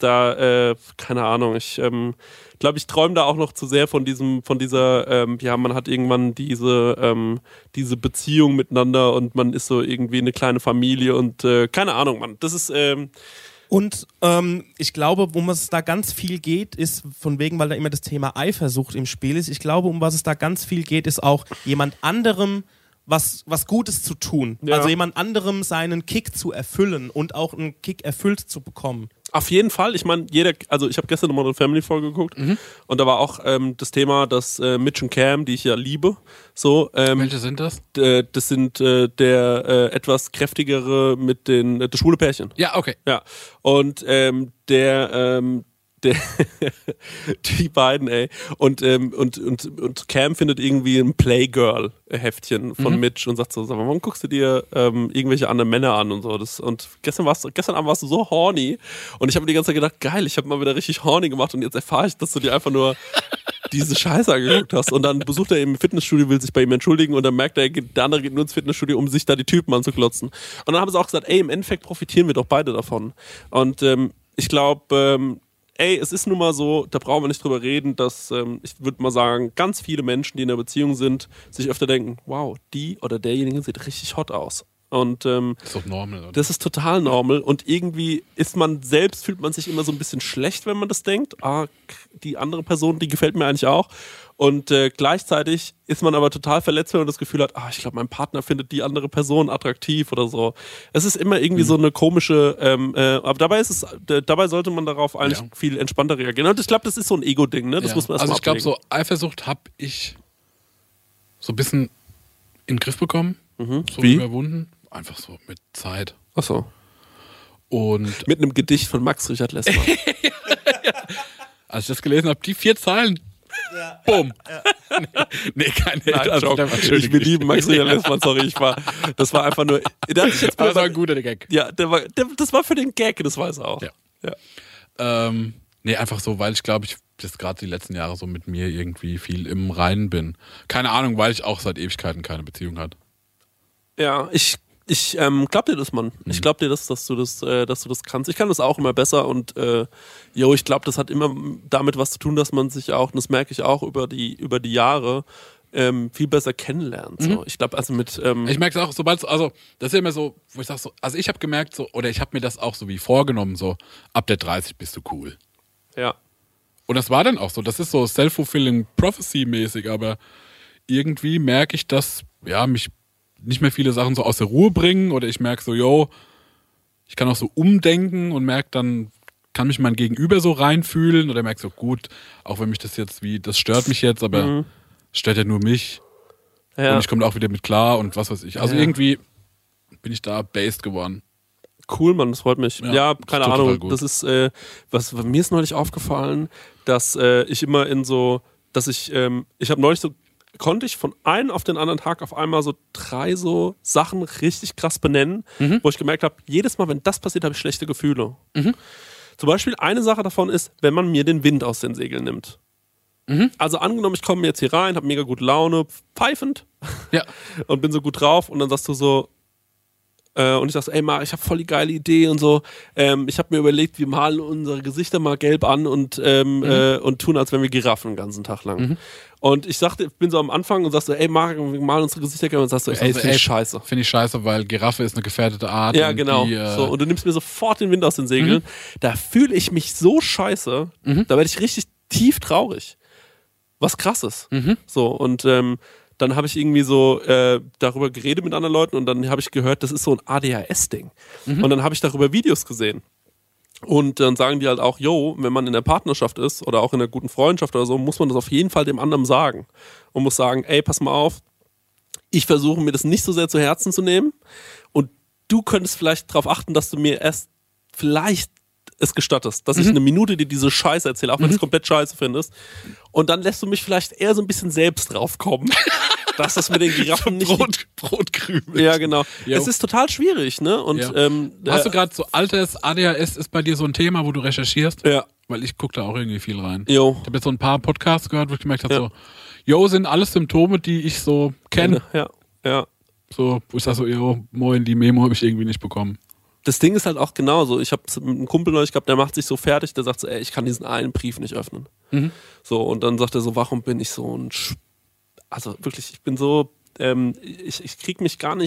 keine Ahnung, ich glaube, ich träume da auch noch zu sehr von dieser, man hat irgendwann diese Beziehung miteinander und man ist so irgendwie eine kleine Familie und keine Ahnung, Mann, das ist und ich glaube, um was es da ganz viel geht, ist von wegen, weil da immer das Thema Eifersucht im Spiel ist, ich glaube, um was es da ganz viel geht, ist auch jemand anderem was Gutes zu tun. Ja. Also jemand anderem seinen Kick zu erfüllen und auch einen Kick erfüllt zu bekommen. Auf jeden Fall. Ich meine, ich habe gestern eine Modern Family Folge geguckt und da war auch das Thema, dass Mitch und Cam, die ich ja liebe, so. Welche sind das? Das sind der etwas kräftigere mit das schwule Pärchen. Ja, okay. Ja. Und die beiden, ey. Und Cam findet irgendwie ein Playgirl-Heftchen von Mitch und sagt so, sag mal, warum guckst du dir irgendwelche anderen Männer an und so. Und gestern Abend warst du so horny und ich habe mir die ganze Zeit gedacht, geil, ich habe mal wieder richtig horny gemacht und jetzt erfahre ich, dass du dir einfach nur diese Scheiße angeguckt hast. Und dann besucht er eben ein Fitnessstudio, will sich bei ihm entschuldigen und dann merkt er, der andere geht nur ins Fitnessstudio, um sich da die Typen anzuklotzen. Und dann haben sie auch gesagt, im Endeffekt profitieren wir doch beide davon. Und ich glaube, es ist nun mal so, da brauchen wir nicht drüber reden, dass, ich würde mal sagen, ganz viele Menschen, die in einer Beziehung sind, sich öfter denken, wow, die oder derjenige sieht richtig hot aus. Und das ist doch normal, oder? Das ist total normal und irgendwie fühlt man sich immer so ein bisschen schlecht, wenn man das denkt. Die andere Person, die gefällt mir eigentlich auch. Und gleichzeitig ist man aber total verletzt, wenn man das Gefühl hat, ich glaube, mein Partner findet die andere Person attraktiv oder so. Es ist immer irgendwie so eine komische, aber dabei sollte man darauf eigentlich viel entspannter reagieren. Und ich glaube, das ist so ein Ego-Ding, ne? Das muss man erstmal ablegen. Ich glaube, so Eifersucht habe ich so ein bisschen in den Griff bekommen, so Wie? überwunden. Einfach so mit Zeit. Ach so. Und mit einem Gedicht von Max Richard Lessmann. als ich das gelesen habe, die 4 Zeilen, Bumm. Nee, kein Hate. Ich will lieben Maximilian Lessmann, sorry, das war einfach nur, der hat sich jetzt das war ein guter Gag. Ja, das war für den Gag, das weiß er auch. Ja. Nee, einfach so, weil ich glaube, ich das gerade die letzten Jahre so mit mir irgendwie viel im Reinen bin. Keine Ahnung, weil ich auch seit Ewigkeiten keine Beziehung hatte. Ja, ich glaub dir das, Mann. Ich glaub dir, dass du das kannst. Ich kann das auch immer besser und ich glaube, das hat immer damit was zu tun, dass man sich auch, und das merke ich auch über die Jahre, viel besser kennenlernt. So. Ich glaube, also mit ich merke es auch, sobald also das ist ja immer so, wo ich sage so, also ich habe gemerkt so, oder ich habe mir das auch so wie vorgenommen, so ab der 30 bist du cool. Ja. Und das war dann auch so, das ist so self-fulfilling prophecy-mäßig, aber irgendwie merke ich, dass mich nicht mehr viele Sachen so aus der Ruhe bringen oder ich merke so, ich kann auch so umdenken und merke dann, kann mich mein Gegenüber so reinfühlen oder merke so, gut, auch wenn mich das jetzt das stört mich jetzt, aber stört ja nur mich und ich komme da auch wieder mit klar und was weiß ich. Also irgendwie bin ich da based geworden. Cool, Mann, das freut mich. Ja, keine Ahnung. Das ist, was mir ist neulich aufgefallen, dass ich immer ich habe neulich so, konnte ich von einem auf den anderen Tag auf einmal so 3 so Sachen richtig krass benennen, wo ich gemerkt habe, jedes Mal, wenn das passiert, habe ich schlechte Gefühle. Zum Beispiel eine Sache davon ist, wenn man mir den Wind aus den Segeln nimmt. Also angenommen, ich komme jetzt hier rein, habe mega gute Laune, pfeifend und bin so gut drauf und dann sagst du so, und ich sag so, ey Marc, ich habe voll die geile Idee und so. Ich habe mir überlegt, wir malen unsere Gesichter mal gelb an und tun, als wären wir Giraffen den ganzen Tag lang. Und ich bin so am Anfang und sag so, ey Marc, wir malen unsere Gesichter gelb und sagst so, ey, das finde ich scheiße. Finde ich scheiße, weil Giraffe ist eine gefährdete Art. Ja, genau. So, und du nimmst mir sofort den Wind aus den Segeln. Da fühle ich mich so scheiße, da werde ich richtig tief traurig. Was krasses. So, und dann habe ich irgendwie so darüber geredet mit anderen Leuten und dann habe ich gehört, das ist so ein ADHS-Ding. Und dann habe ich darüber Videos gesehen. Und dann sagen die halt auch, wenn man in der Partnerschaft ist oder auch in einer guten Freundschaft oder so, muss man das auf jeden Fall dem anderen sagen. Und muss sagen, ey, pass mal auf, ich versuche mir das nicht so sehr zu Herzen zu nehmen und du könntest vielleicht darauf achten, dass du mir erst vielleicht es gestattest, dass ich eine Minute dir diese Scheiße erzähle, auch wenn du es komplett scheiße findest. Und dann lässt du mich vielleicht eher so ein bisschen selbst draufkommen, dass das mit den Giraffen nicht... Brotkrümel. Ja, genau. Es ist total schwierig, ne? Und, hast du gerade so altes ADHS ist bei dir so ein Thema, wo du recherchierst? Ja. Weil ich gucke da auch irgendwie viel rein. Jo. Ich habe jetzt so ein paar Podcasts gehört, wo ich gemerkt habe, sind alles Symptome, die ich so kenne. Ja. So, wo ich sage so, moin, die Memo habe ich irgendwie nicht bekommen. Das Ding ist halt auch genauso. Ich habe mit einem Kumpel neulich gehabt, der macht sich so fertig, der sagt so, ey, ich kann diesen einen Brief nicht öffnen. So, und dann sagt er so, warum bin ich so ein also wirklich, ich bin so, ich krieg mich da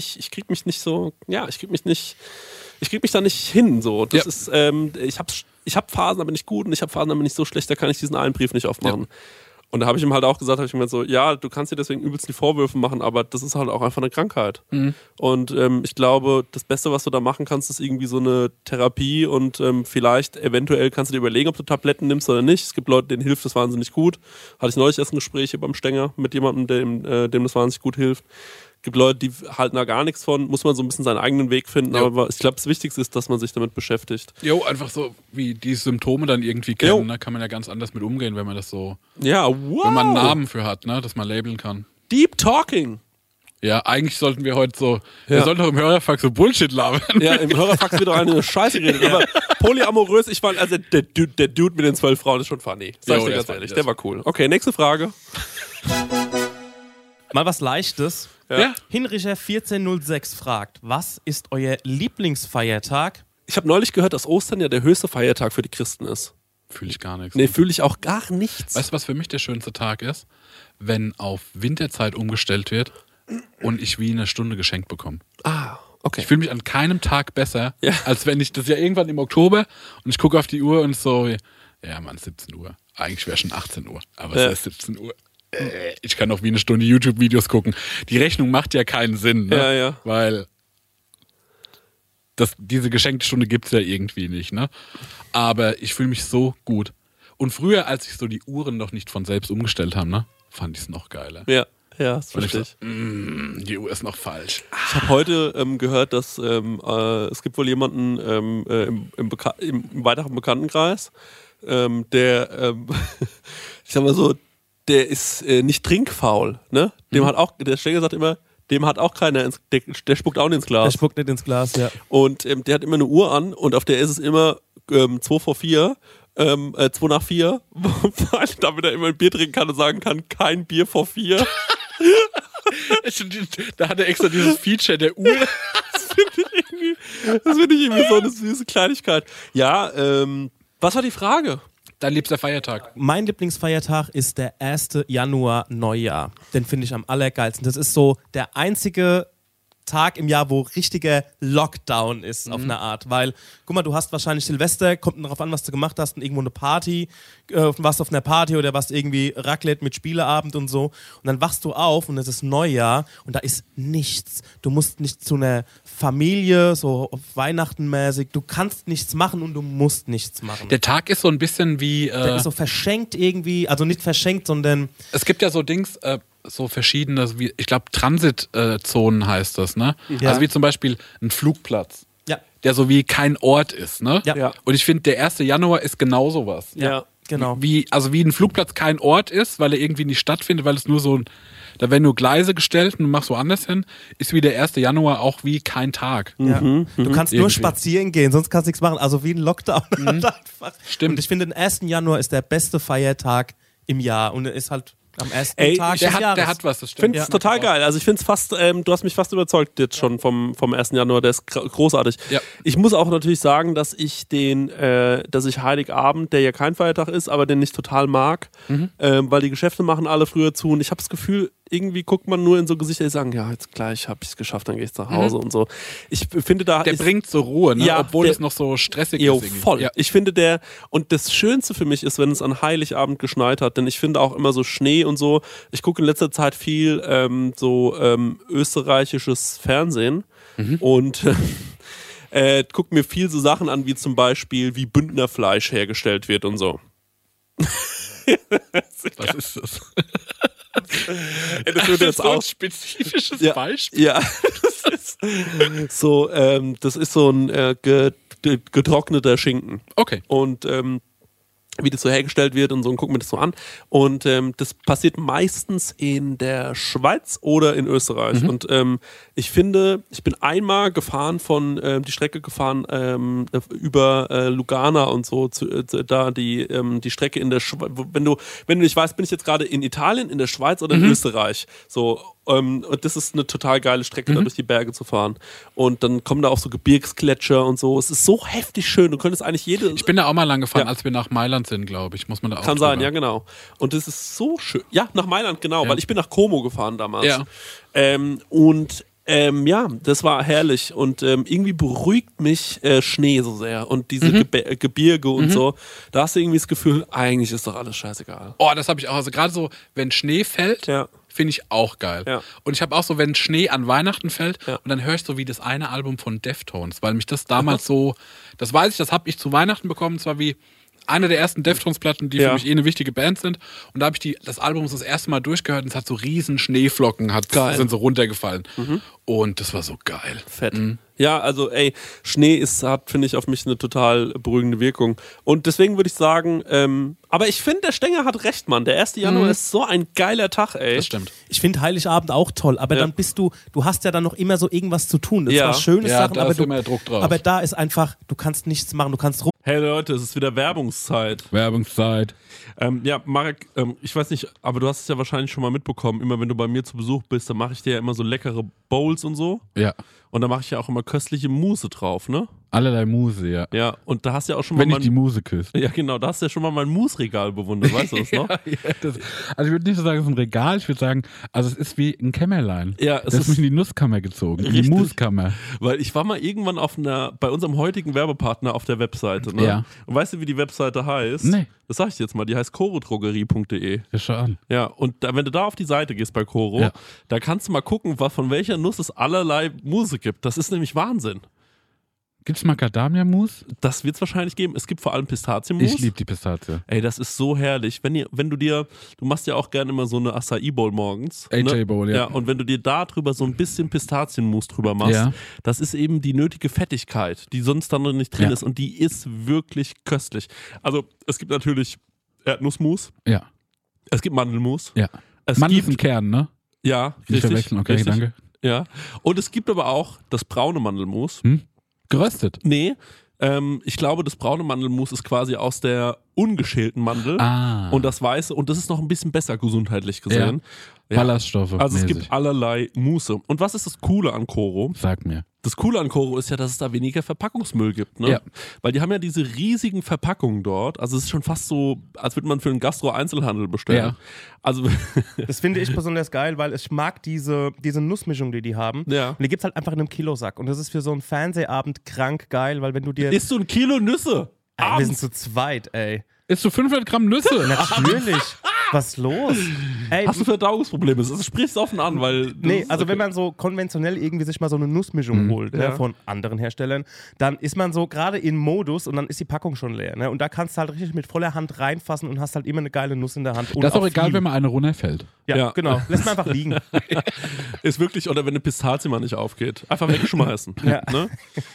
nicht hin. So. Das ist, ich hab Phasen, da bin ich gut und ich habe Phasen, da bin ich so schlecht, da kann ich diesen einen Brief nicht aufmachen. Ja. Und da habe ich ihm halt auch gesagt, so, ja, du kannst dir deswegen übelst die Vorwürfe machen, aber das ist halt auch einfach eine Krankheit. Und ich glaube, das Beste, was du da machen kannst, ist irgendwie so eine Therapie und vielleicht, eventuell kannst du dir überlegen, ob du Tabletten nimmst oder nicht. Es gibt Leute, denen hilft das wahnsinnig gut. Hatte ich neulich erst ein Gespräch hier beim Stenger mit jemandem, dem das wahnsinnig gut hilft. Es gibt Leute, die halten da gar nichts von, muss man so ein bisschen seinen eigenen Weg finden, aber ich glaube, das Wichtigste ist, dass man sich damit beschäftigt. Einfach so, wie die Symptome dann irgendwie kennen, ne, kann man ja ganz anders mit umgehen, wenn man das so, wenn man einen Namen für hat, ne, dass man labeln kann. Deep Talking! Ja, eigentlich sollten wir heute so, wir sollten doch im Hörerfax so Bullshit labern. Ja, im Hörerfax wird doch eine Scheiße geredet, aber polyamorös, also der Dude mit den 12 Frauen ist schon funny. Sag ich dir ganz ehrlich, der war cool. Okay, nächste Frage. Mal was Leichtes. Ja. Hinricher 1406 fragt, was ist euer Lieblingsfeiertag? Ich habe neulich gehört, dass Ostern ja der höchste Feiertag für die Christen ist. Fühle ich gar nichts. Nee, fühle ich auch gar nichts. Weißt du, was für mich der schönste Tag ist? Wenn auf Winterzeit umgestellt wird und ich wie eine Stunde geschenkt bekomme. Ah, okay. Ich fühle mich an keinem Tag besser, als wenn ich das ja irgendwann im Oktober und ich gucke auf die Uhr und so, ja Mann, 17 Uhr. Eigentlich wäre schon 18 Uhr, aber es ist 17 Uhr. Ich kann auch wie eine Stunde YouTube-Videos gucken. Die Rechnung macht ja keinen Sinn, ne? Ja. Weil diese geschenkte Stunde gibt's ja irgendwie nicht, ne? Aber ich fühle mich so gut. Und früher, als sich so die Uhren noch nicht von selbst umgestellt haben, ne, fand ich es noch geiler. Ja, das verstehe ich. Die Uhr ist noch falsch. Ich habe heute gehört, dass es gibt wohl jemanden im weiteren Bekanntenkreis, der, ich sag mal so, der ist nicht trinkfaul, ne? Dem hat auch, der Stenger sagt immer, dem hat auch keiner, der spuckt auch nicht ins Glas. Der spuckt nicht ins Glas, ja. Und der hat immer eine Uhr an und auf der ist es immer 2 vor 4, 2 nach 4, damit er immer ein Bier trinken kann und sagen kann, kein Bier vor 4. Da hat er extra dieses Feature der Uhr. Das finde ich irgendwie so eine süße Kleinigkeit. Ja, was war die Frage? Dein liebster Feiertag? Mein Lieblingsfeiertag ist der 1. Januar Neujahr. Den finde ich am allergeilsten. Das ist so der einzige Tag im Jahr, wo richtiger Lockdown ist auf eine Art. Weil, guck mal, du hast wahrscheinlich Silvester, kommt darauf an, was du gemacht hast, und irgendwo eine Party, warst auf einer Party oder warst irgendwie Raclette mit Spieleabend und so. Und dann wachst du auf und es ist Neujahr und da ist nichts. Du musst nicht zu einer Familie, so Weihnachtenmäßig, du kannst nichts machen und du musst nichts machen. Der Tag ist so ein bisschen wie... Der ist so verschenkt irgendwie, also nicht verschenkt, sondern... Es gibt ja so Dings... so verschiedene, wie, ich glaube Transitzonen heißt das, ne? Ja. Also wie zum Beispiel ein Flugplatz, Ja. der so wie kein Ort ist, ne? Ja. Und ich finde, der 1. Januar ist genau sowas. Ja. Genau. Wie ein Flugplatz kein Ort ist, weil er irgendwie nicht stattfindet, weil es nur so da werden nur Gleise gestellt und du machst woanders hin, ist wie der 1. Januar auch wie kein Tag. Ja. Du kannst nur Irgendwie. spazieren gehen, sonst kannst du nichts machen. Also wie ein Lockdown. Einfach. Stimmt. Und ich finde, den 1. Januar ist der beste Feiertag im Jahr und er ist halt am ersten Tag der des Jahres. hat was, das Ich stimmt. finde es total geil. Also ich finde es fast, du hast mich fast überzeugt jetzt schon vom 1. Januar, der ist großartig. Ja. Ich muss auch natürlich sagen, dass ich dass ich Heiligabend, der ja kein Feiertag ist, aber den nicht total mag, weil die Geschäfte machen alle früher zu und ich habe das Gefühl, irgendwie guckt man nur in so Gesichter, die sagen, ja, jetzt gleich habe ich es geschafft, dann gehe ich nach Hause und so. Ich finde da... Der bringt so Ruhe, ne? Ja, Obwohl der- es noch so stressig Jo, ist. irgendwie. voll. Ja. Ich finde und das Schönste für mich ist, wenn es an Heiligabend geschneit hat, denn ich finde auch immer so Schnee und so, ich gucke in letzter Zeit viel österreichisches Fernsehen und gucke mir viel so Sachen an, wie zum Beispiel, wie Bündnerfleisch hergestellt wird und so. Was ist das? Das wird jetzt so ein auch spezifisches Ja. Beispiel. Ja, das ist so ein getrockneter Schinken. Okay. Und wie das so hergestellt wird und so, und gucken wir das so an. Und das passiert meistens in der Schweiz oder in Österreich. Und ich finde, ich bin einmal gefahren die Strecke gefahren über Lugana und so, da die Strecke in der Schweiz. Wenn du nicht weißt, bin ich jetzt gerade in Italien, in der Schweiz oder in Österreich. So. Und das ist eine total geile Strecke, da durch die Berge zu fahren. Und dann kommen da auch so Gebirgsgletscher und so. Es ist so heftig schön. Du könntest eigentlich Ich bin da auch mal lang gefahren, Ja. als wir nach Mailand sind, glaube ich. Muss man da auch Kann sein, ja drüber. genau. Und das ist so schön. Ja, nach Mailand, genau, Ja. weil ich bin nach Como gefahren damals. Ja. Ja, das war herrlich und irgendwie beruhigt mich Schnee so sehr und diese Gebirge und so. Da hast du irgendwie das Gefühl, eigentlich ist doch alles scheißegal. Oh, das habe ich auch. Also gerade so, wenn Schnee fällt, Ja. finde ich auch geil. Ja. Und ich habe auch so, wenn Schnee an Weihnachten fällt Ja. und dann höre ich so wie das eine Album von Deftones, weil mich das damals so, das weiß ich, das habe ich zu Weihnachten bekommen, zwar wie eine der ersten Deftones-Platten, die Ja. für mich eine wichtige Band sind. Und da habe ich das Album das erste Mal durchgehört und es hat so riesen Schneeflocken Geil. sind so runtergefallen. Und das war so geil. Fett. Ja, also Schnee hat, finde ich, auf mich eine total beruhigende Wirkung. Und deswegen würde ich sagen, aber ich finde, der Stenger hat recht, Mann. Der 1. Januar ist so ein geiler Tag, ey. Das stimmt. Ich finde Heiligabend auch toll, aber Ja. dann du hast ja dann noch immer so irgendwas zu tun. Das Ja. war schöne Ja, Sachen, da aber ist immer Druck drauf. aber da ist einfach, du kannst nichts machen, du kannst Hey Leute, es ist wieder Werbungszeit. Werbungszeit. Ja, Marek, ich weiß nicht, aber du hast es ja wahrscheinlich schon mal mitbekommen. Immer wenn du bei mir zu Besuch bist, dann mache ich dir ja immer so leckere Bowls und so. Ja. Und da mache ich ja auch immer köstliche Mousse drauf, ne? Allerlei Muse, ja. Ja, und da hast du ja auch schon Wenn mal ich die Muse küsse. ja genau, da hast du ja schon mal mein Mousse-Regal bewundert, weißt du das noch? Also ich würde nicht so sagen, es ist ein Regal, ich würde sagen, also es ist wie ein Kämmerlein. Ja, es das ist ist- mich in die Nusskammer gezogen, in die Richtig. Muskammer. Weil ich war mal irgendwann bei unserem heutigen Werbepartner auf der Webseite, ne? Ja. Und weißt du, wie die Webseite heißt? Nee. Das sag ich dir jetzt mal, die heißt chorodrogerie.de. Ja, schau an. Ja, und wenn du da auf die Seite gehst bei Coro, Ja. da kannst du mal gucken, von welcher Nuss es allerlei Mousse gibt. Das ist nämlich Wahnsinn. Gibt's Macadamia-Mousse? Das wird es wahrscheinlich geben. Es gibt vor allem Pistazienmus. Ich liebe die Pistazie. Ey, das ist so herrlich. Du machst ja auch gerne immer so eine Acai Bowl morgens. AJ Bowl, ja. Ja, und wenn du dir da drüber so ein bisschen Pistazienmus drüber machst, Ja. das ist eben die nötige Fettigkeit, die sonst dann noch nicht drin Ja. ist. Und die ist wirklich köstlich. Also, es gibt natürlich Erdnussmus. Ja. Es gibt Mandelmus. Ja. Es Mandel ist gibt, ein Kern, ne? ja, Nicht richtig. verwechseln, okay, richtig. danke. Ja. Und es gibt aber auch das braune Mandelmus. Geröstet. Nee, ich glaube, das braune Mandelmus ist quasi aus der ungeschälten Mandel. Ah. Und das weiße, und das ist noch ein bisschen besser gesundheitlich gesehen. Ja. Ballaststoffe. Also es mäßig. gibt allerlei Muße. Und was ist das Coole an Koro? Sag mir. Das Coole an Koro ist ja, dass es da weniger Verpackungsmüll gibt. Ne? Ja. Weil die haben ja diese riesigen Verpackungen dort. Also es ist schon fast so, als würde man für einen Gastro-Einzelhandel bestellen. Ja. Also Das finde ich besonders geil, weil ich mag diese Nussmischung, die haben. Ja. Und die gibt es halt einfach in einem Kilosack. Und das ist für so einen Fernsehabend krank geil, weil wenn du dir... isst du ein Kilo Nüsse? Ey, wir sind zu zweit, ey. Isst du 500 Gramm Nüsse? Natürlich. Was ist los? Ey, Hast du Verdauungsprobleme? Das sprichst offen an, weil... nee, also wenn man so konventionell irgendwie sich mal so eine Nussmischung holt, ne, Ja. von anderen Herstellern, dann ist man so gerade in Modus und dann ist die Packung schon leer. Ne? Und da kannst du halt richtig mit voller Hand reinfassen und hast halt immer eine geile Nuss in der Hand. Und Das ist auch egal, viel. wenn mal eine runterfällt. Ja, Ja. genau. Lässt man einfach liegen. Ist wirklich, oder wenn eine Pistazie mal nicht aufgeht. Einfach wegschmeißen. Ja. Ne?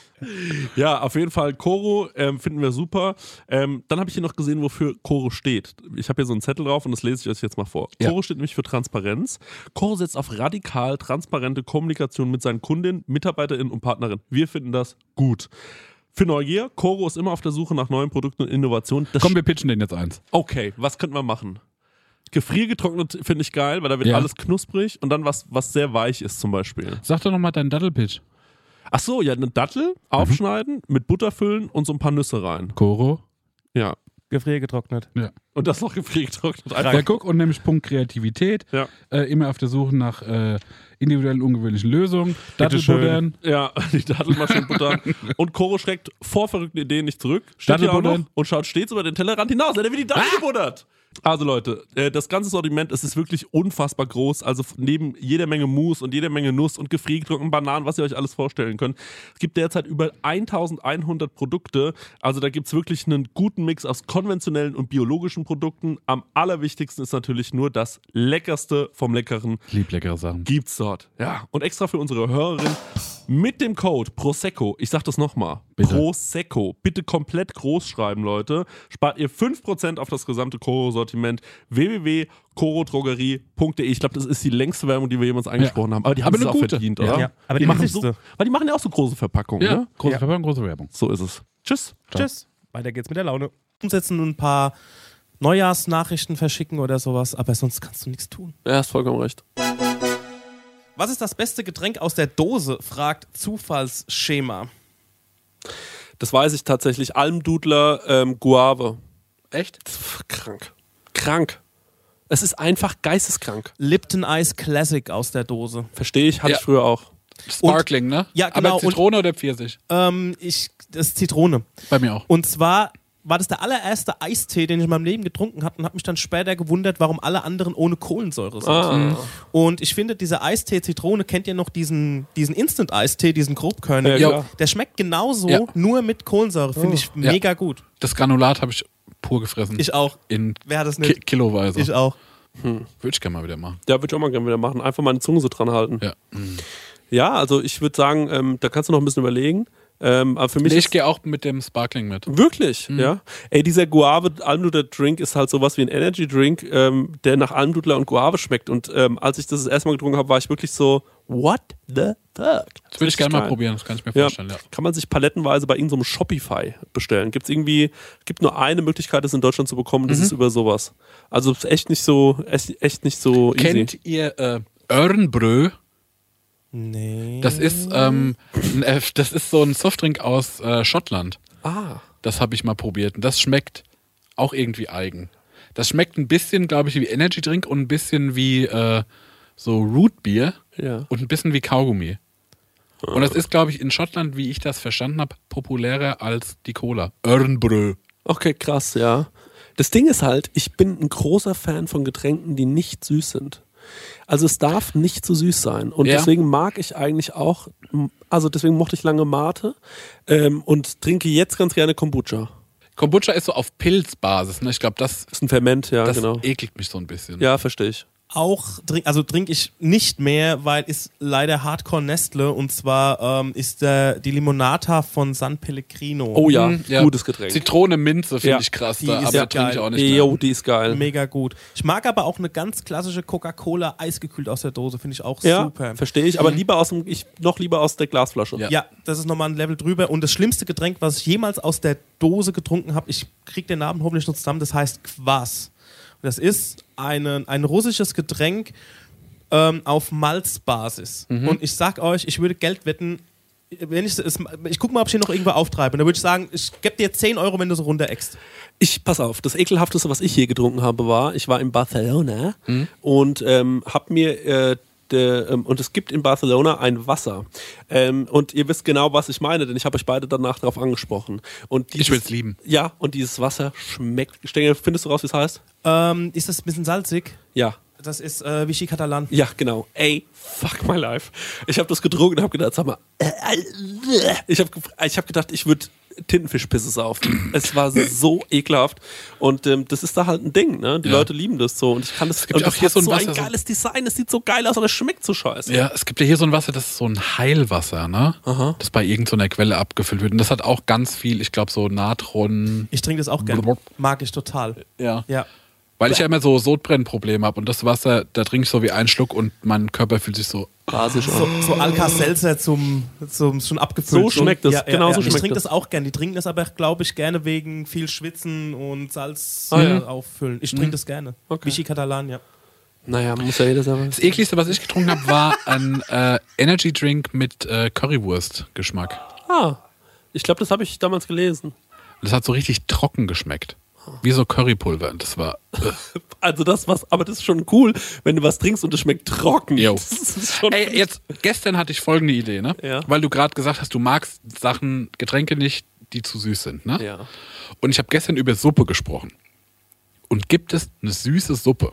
Ja, auf jeden Fall Koro finden wir super. Dann habe ich hier noch gesehen, wofür Koro steht. Ich habe hier so einen Zettel drauf und das lese ich euch jetzt mal vor. Ja. Koro steht nämlich für Transparenz. Koro setzt auf radikal transparente Kommunikation mit seinen Kundinnen, MitarbeiterInnen und Partnerinnen. Wir finden das gut. Für Neugier, Koro ist immer auf der Suche nach neuen Produkten und Innovationen. Das Komm, wir pitchen den jetzt eins. Okay, was könnten wir machen? Gefriergetrocknet finde ich geil, weil da wird Ja. alles knusprig und dann was sehr weich ist zum Beispiel. Sag doch nochmal deinen Dattelpitch. Ach so, ja, eine Dattel aufschneiden, mit Butter füllen und so ein paar Nüsse rein. Koro. Ja. Gefriergetrocknet. Ja. Und das noch gefriergetrocknet. Einfach. Ja, guck, und nämlich Punkt Kreativität. Ja. Immer auf der Suche nach individuellen, ungewöhnlichen Lösungen. Dattelbuddern. Ja, die Dattelmaschinen buttern. Und Koro schreckt vor verrückten Ideen nicht zurück. Steht hier auch noch Dattelbuddern. und schaut stets über den Tellerrand hinaus. Er hat wie die Dattel gebuddert. Also Leute, das ganze Sortiment, es ist wirklich unfassbar groß. Also neben jeder Menge Mousse und jeder Menge Nuss und gefriergetrockneten Bananen, was ihr euch alles vorstellen könnt. Es gibt derzeit über 1100 Produkte. Also da gibt es wirklich einen guten Mix aus konventionellen und biologischen Produkten. Am allerwichtigsten ist natürlich nur das Leckerste vom Leckeren. Ich lieb leckere Sachen. Gibt's dort. Ja. Und extra für unsere Hörerin mit dem Code Prosecco, ich sag das nochmal, Bitte. Prosecco, bitte komplett groß schreiben, Leute, spart ihr 5% auf das gesamte Koro-Sortiment www.korodrogerie.de. Ich glaube, das ist die längste Werbung, die wir jemals angesprochen haben. Aber die haben es eine auch gute. verdient, Ja. oder? Ja, aber die machen wichtigste. weil die machen ja auch so große Verpackungen, Ja, ne? große Ja. Verpackung, große Werbung. So ist es. Tschüss. Tschüss. Weiter geht's mit der Laune. Umsetzen und ein paar Neujahrsnachrichten verschicken oder sowas, aber sonst kannst du nichts tun. Ja, hast vollkommen recht. Was ist das beste Getränk aus der Dose? Fragt Zufallsschema. Das weiß ich tatsächlich. Almdudler, Guave. Echt? Krank. Krank. Es ist einfach geisteskrank. Lipton Ice Classic aus der Dose. Verstehe ich, hatte Ja. ich früher auch. Sparkling, ne? Ja, genau, Aber Zitrone oder Pfirsich? Das ist Zitrone. Bei mir auch. Und zwar war das der allererste Eistee, den ich in meinem Leben getrunken habe und habe mich dann später gewundert, warum alle anderen ohne Kohlensäure sind. Und ich finde, dieser Eistee Zitrone, kennt ihr noch diesen Instant-Eistee, diesen grobkörnigen? Ja, klar. Der schmeckt genauso, Ja. nur mit Kohlensäure. Finde ich Ja. mega gut. Das Granulat habe ich pur gefressen. Ich auch. In Wer hat das nicht? Kiloweise. Ich auch. Würde ich gerne mal wieder machen. Ja, würde ich auch mal gerne wieder machen. Einfach meine Zunge so dran halten. Ja. Ja, also ich würde sagen, da kannst du noch ein bisschen überlegen. Aber für mich Nee, ist ich gehe auch mit dem Sparkling mit. wirklich, ja. Ey, dieser Guave Almdudler Drink ist halt sowas wie ein Energy Drink, der nach Almdudler und Guave schmeckt. Und als ich das erste Mal getrunken habe, war ich wirklich so, what the fuck? Das würde ich gerne mal probieren, das kann ich mir Ja, vorstellen. Ja. kann man sich palettenweise bei irgendeinem Shopify bestellen. Gibt nur eine Möglichkeit, das in Deutschland zu bekommen, das ist über sowas. Also ist echt nicht so easy. Kennt ihr Örnbrö? Nee. Das ist so ein Softdrink aus Schottland. Das habe ich mal probiert und das schmeckt auch irgendwie eigen. Das schmeckt ein bisschen, glaube ich, wie Energy Drink und ein bisschen wie so Rootbier Ja. und ein bisschen wie Kaugummi. Und das ist, glaube ich, in Schottland, wie ich das verstanden habe, populärer als die Cola. Örnbrö. Okay, krass, ja. Das Ding ist halt, ich bin ein großer Fan von Getränken, die nicht süß sind. Also es darf nicht zu süß sein. Und Ja. deswegen mag ich eigentlich auch, also deswegen mochte ich lange Mate und trinke jetzt ganz gerne Kombucha. Kombucha ist so auf Pilzbasis, ne? Ich glaube, das Ist ein Ferment, ja, das genau. ekelt mich so ein bisschen. Ja, verstehe ich. trinke ich nicht mehr, weil ist leider Hardcore Nestle und zwar ist die Limonata von San Pellegrino. Oh ja, gutes Getränk. Zitrone, Minze finde ich krass, die aber ist trinke ich auch nicht mehr. Jo, die ist geil. Mega gut. Ich mag aber auch eine ganz klassische Coca-Cola eisgekühlt aus der Dose, finde ich auch Ja, super. verstehe ich, aber noch lieber aus der Glasflasche. Ja, das ist nochmal ein Level drüber und das schlimmste Getränk, was ich jemals aus der Dose getrunken habe, ich kriege den Namen hoffentlich noch zusammen, das heißt Kvass. Das ist ein russisches Getränk auf Malzbasis. Und ich sag euch, ich würde Geld wetten, ich guck mal, ob ich hier noch irgendwo auftreibe. Und da würde ich sagen, ich gebe dir 10 Euro, wenn du so runtereckst. Pass auf, das Ekelhafteste, was ich hier getrunken habe, ich war in Barcelona und habe mir und es gibt in Barcelona ein Wasser. Und ihr wisst genau, was ich meine, denn ich habe euch beide danach darauf angesprochen. Und Ich will es lieben. Ja, und dieses Wasser schmeckt. Stengel, findest du raus, wie es heißt? Ist das ein bisschen salzig? Ja. Das ist Vichy Catalan. Ja, genau. Ey, fuck my life. Ich habe das getrunken und habe gedacht, sag mal, ich hab gedacht, ich würde Tintenfischpisse saufen. Es war so ekelhaft. Und das ist da halt ein Ding, ne? Die Leute lieben das so. Und ich kann das. gibt und auch hier so ein ein Wasser, geiles Design. Es sieht so geil aus, aber es schmeckt so scheiße. Ja, es gibt ja hier so ein Wasser, das ist so ein Heilwasser, ne? Aha. Das bei irgendeiner Quelle abgefüllt wird. Und das hat auch ganz viel, ich glaube, so Natron. Ich trinke das auch gerne. Mag ich total. Ja. Ja. Weil ich ja immer so Sodbrennprobleme habe und das Wasser, da trinke ich so wie einen Schluck und mein Körper fühlt sich so basisch an. So Alka-Seltzer zum schon abgefüllt. So schmeckt das, genau so Ich schmeckt trinke das. das auch gerne. Die trinken das aber, glaube ich, gerne wegen viel Schwitzen und Salz auffüllen. Ich trinke das gerne. Okay. Vichy Catalan, ja. Naja, muss ja jeder selber. Das ekligste, was ich getrunken habe, war ein Energy Drink mit Currywurst-Geschmack. Ich glaube, das habe ich damals gelesen. Das hat so richtig trocken geschmeckt. Wie so Currypulver. Das war. Also aber das ist schon cool, wenn du was trinkst und es schmeckt trocken. Jo. Das ist schon Ey, gestern hatte ich folgende Idee, ne? Ja. Weil du gerade gesagt hast, du magst Getränke nicht, die zu süß sind, ne? Ja. Und ich habe gestern über Suppe gesprochen. Und gibt es eine süße Suppe?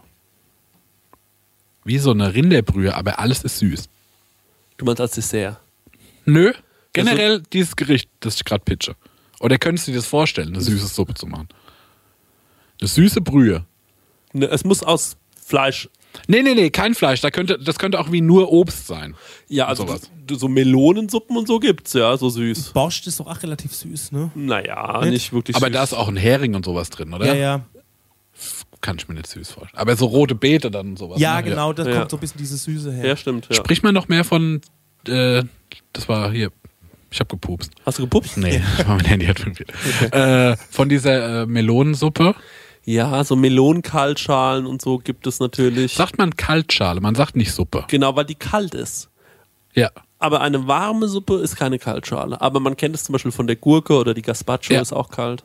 Wie so eine Rinderbrühe, aber alles ist süß. Du meinst als Dessert? Nö. Generell dieses Gericht, das ich gerade pitche. Oder könntest du dir das vorstellen, eine süße Suppe zu machen? Eine süße Brühe. Ne, es muss aus Fleisch. Nee, kein Fleisch. Das könnte auch wie nur Obst sein. Ja, also sowas. so Melonensuppen und so gibt's, ja, so süß. Borscht ist doch auch relativ süß, ne? Naja, nicht wirklich Aber süß. da ist auch ein Hering und sowas drin, oder? Ja. Kann ich mir nicht süß vorstellen. Aber so rote Beete dann und sowas. Ja, ne? genau, da kommt so ein bisschen diese Süße her. Ja, stimmt. Ja. Sprich mal noch mehr von, das war hier, ich habe gepupst. Hast du gepupst? Nee, mein Handy hat vibriert. Von dieser Melonensuppe. Ja, so Melonenkaltschalen und so gibt es natürlich. Sagt man Kaltschale, man sagt nicht Suppe. Genau, weil die kalt ist. Ja. Aber eine warme Suppe ist keine Kaltschale. Aber man kennt es zum Beispiel von der Gurke oder die Gazpacho ist auch kalt.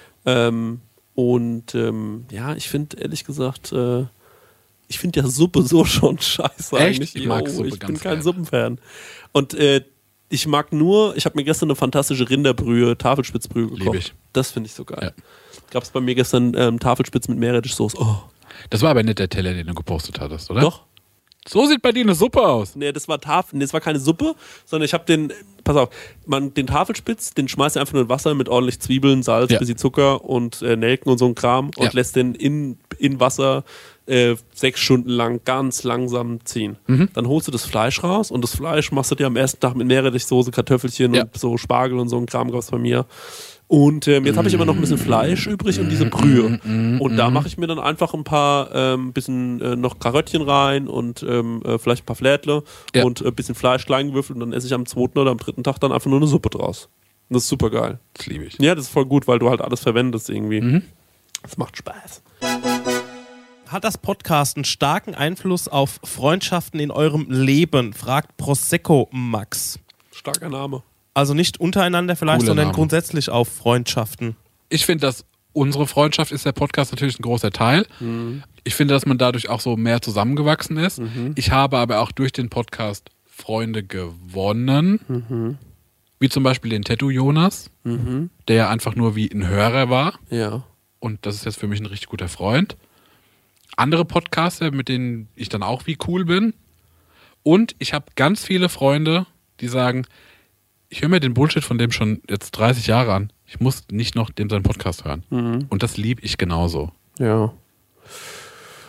Ich finde ehrlich gesagt, ich finde ja Suppe so schon scheiße Echt? eigentlich. Ich mag Suppe ich ganz bin kein gern. Suppenfan. Und ich habe mir gestern eine fantastische Rinderbrühe, Tafelspitzbrühe gekocht. Lieb ich. Das finde ich so geil. Ja. Gab es bei mir gestern Tafelspitz mit Meerrettichsoße. Oh. Das war aber nicht der Teller, den du gepostet hattest, oder? Doch. So sieht bei dir eine Suppe aus. Nee, das war keine Suppe, sondern ich habe den Tafelspitz, den schmeißt du einfach nur in Wasser mit ordentlich Zwiebeln, Salz, bisschen Zucker und Nelken und so ein Kram und lässt den in Wasser 6 Stunden lang ganz langsam ziehen. Dann holst du das Fleisch raus und das Fleisch machst du dir am ersten Tag mit Meerrettichsoße, Kartoffelchen und so Spargel und so ein Kram gab's bei mir. Und jetzt habe ich aber noch ein bisschen Fleisch übrig und diese Brühe. Und da mache ich mir dann einfach ein paar noch Karöttchen rein und vielleicht ein paar Flädle und ein bisschen Fleisch klein gewürfelt und dann esse ich am 2. oder am 3. Tag dann einfach nur eine Suppe draus. Und das ist super geil. Das liebe ich. Ja, das ist voll gut, weil du halt alles verwendest irgendwie. Das macht Spaß. Hat das Podcast einen starken Einfluss auf Freundschaften in eurem Leben? Fragt Prosecco Max. Starker Name. Also nicht untereinander vielleicht, Cooler sondern Name. grundsätzlich auf Freundschaften. Ich finde, dass unsere Freundschaft ist der Podcast natürlich ein großer Teil. Ich finde, dass man dadurch auch so mehr zusammengewachsen ist. Ich habe aber auch durch den Podcast Freunde gewonnen. Wie zum Beispiel den Tattoo Jonas, der ja einfach nur wie ein Hörer war. Ja. Und das ist jetzt für mich ein richtig guter Freund. Andere Podcaster, mit denen ich dann auch wie cool bin. Und ich habe ganz viele Freunde, die sagen, ich höre mir den Bullshit von dem schon jetzt 30 Jahre an. Ich muss nicht noch dem seinen Podcast hören. Und das liebe ich genauso. Ja.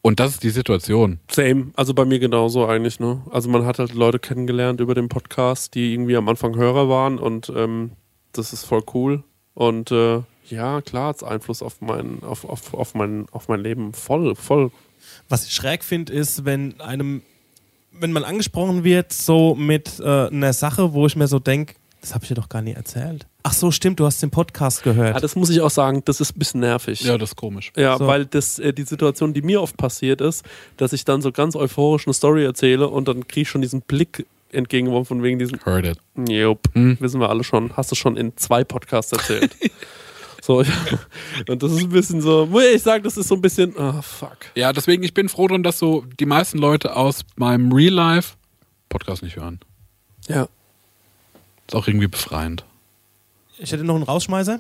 Und das ist die Situation. Same, also bei mir genauso eigentlich, ne? Also man hat halt Leute kennengelernt über den Podcast, die irgendwie am Anfang Hörer waren und das ist voll cool. Und ja, klar, hat's Einfluss auf mein Leben. Voll. Was ich schräg finde, ist, wenn man angesprochen wird, so mit einer Sache, wo ich mir so denke, das habe ich dir doch gar nie erzählt. Ach so, stimmt, du hast den Podcast gehört. Ja, das muss ich auch sagen, das ist ein bisschen nervig. Ja, das ist komisch. Ja, So. weil das die Situation, die mir oft passiert ist, dass ich dann so ganz euphorisch eine Story erzähle und dann kriege ich schon diesen Blick entgegengeworfen von wegen diesem Heard it. Jupp, wissen wir alle schon. Hast du schon in 2 Podcasts erzählt. So, ja. Und das ist ein bisschen so, muss ich sagen, das ist so ein bisschen, fuck. Ja, deswegen, ich bin froh drum, dass so die meisten Leute aus meinem Real-Life-Podcast nicht hören. Ja. Ist auch irgendwie befreiend. Ich hätte noch einen Rausschmeißer.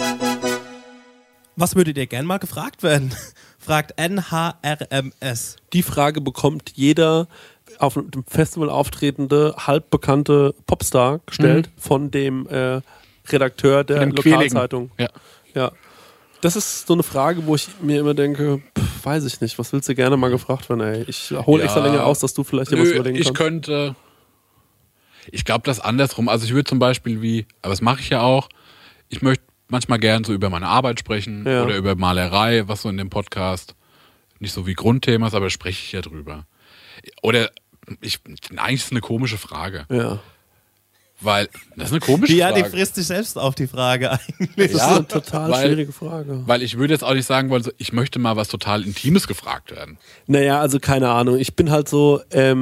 Was würdet ihr gern mal gefragt werden? Fragt NHRMS. Die Frage bekommt jeder auf dem Festival auftretende, halbbekannte Popstar gestellt von dem Redakteur der Von dem Lokalzeitung. Ja. Ja. Das ist so eine Frage, wo ich mir immer denke, weiß ich nicht, was willst du gerne mal gefragt werden, ey? Ich hole extra länger aus, dass du vielleicht dir was überlegen kannst. Ich glaube das andersrum. Also ich würde zum Beispiel aber das mache ich ja auch, ich möchte manchmal gern so über meine Arbeit sprechen oder über Malerei, was so in dem Podcast nicht so wie Grundthema ist, aber spreche ich ja drüber. Oder eigentlich ist es eine komische Frage. Ja. Weil, das ist eine komische Frage. Ja, die frisst sich selbst auf, die Frage eigentlich. Das ist eine total schwierige Frage. Weil ich würde jetzt auch nicht sagen wollen, so, ich möchte mal was total Intimes gefragt werden. Naja, also keine Ahnung. Ich bin halt so,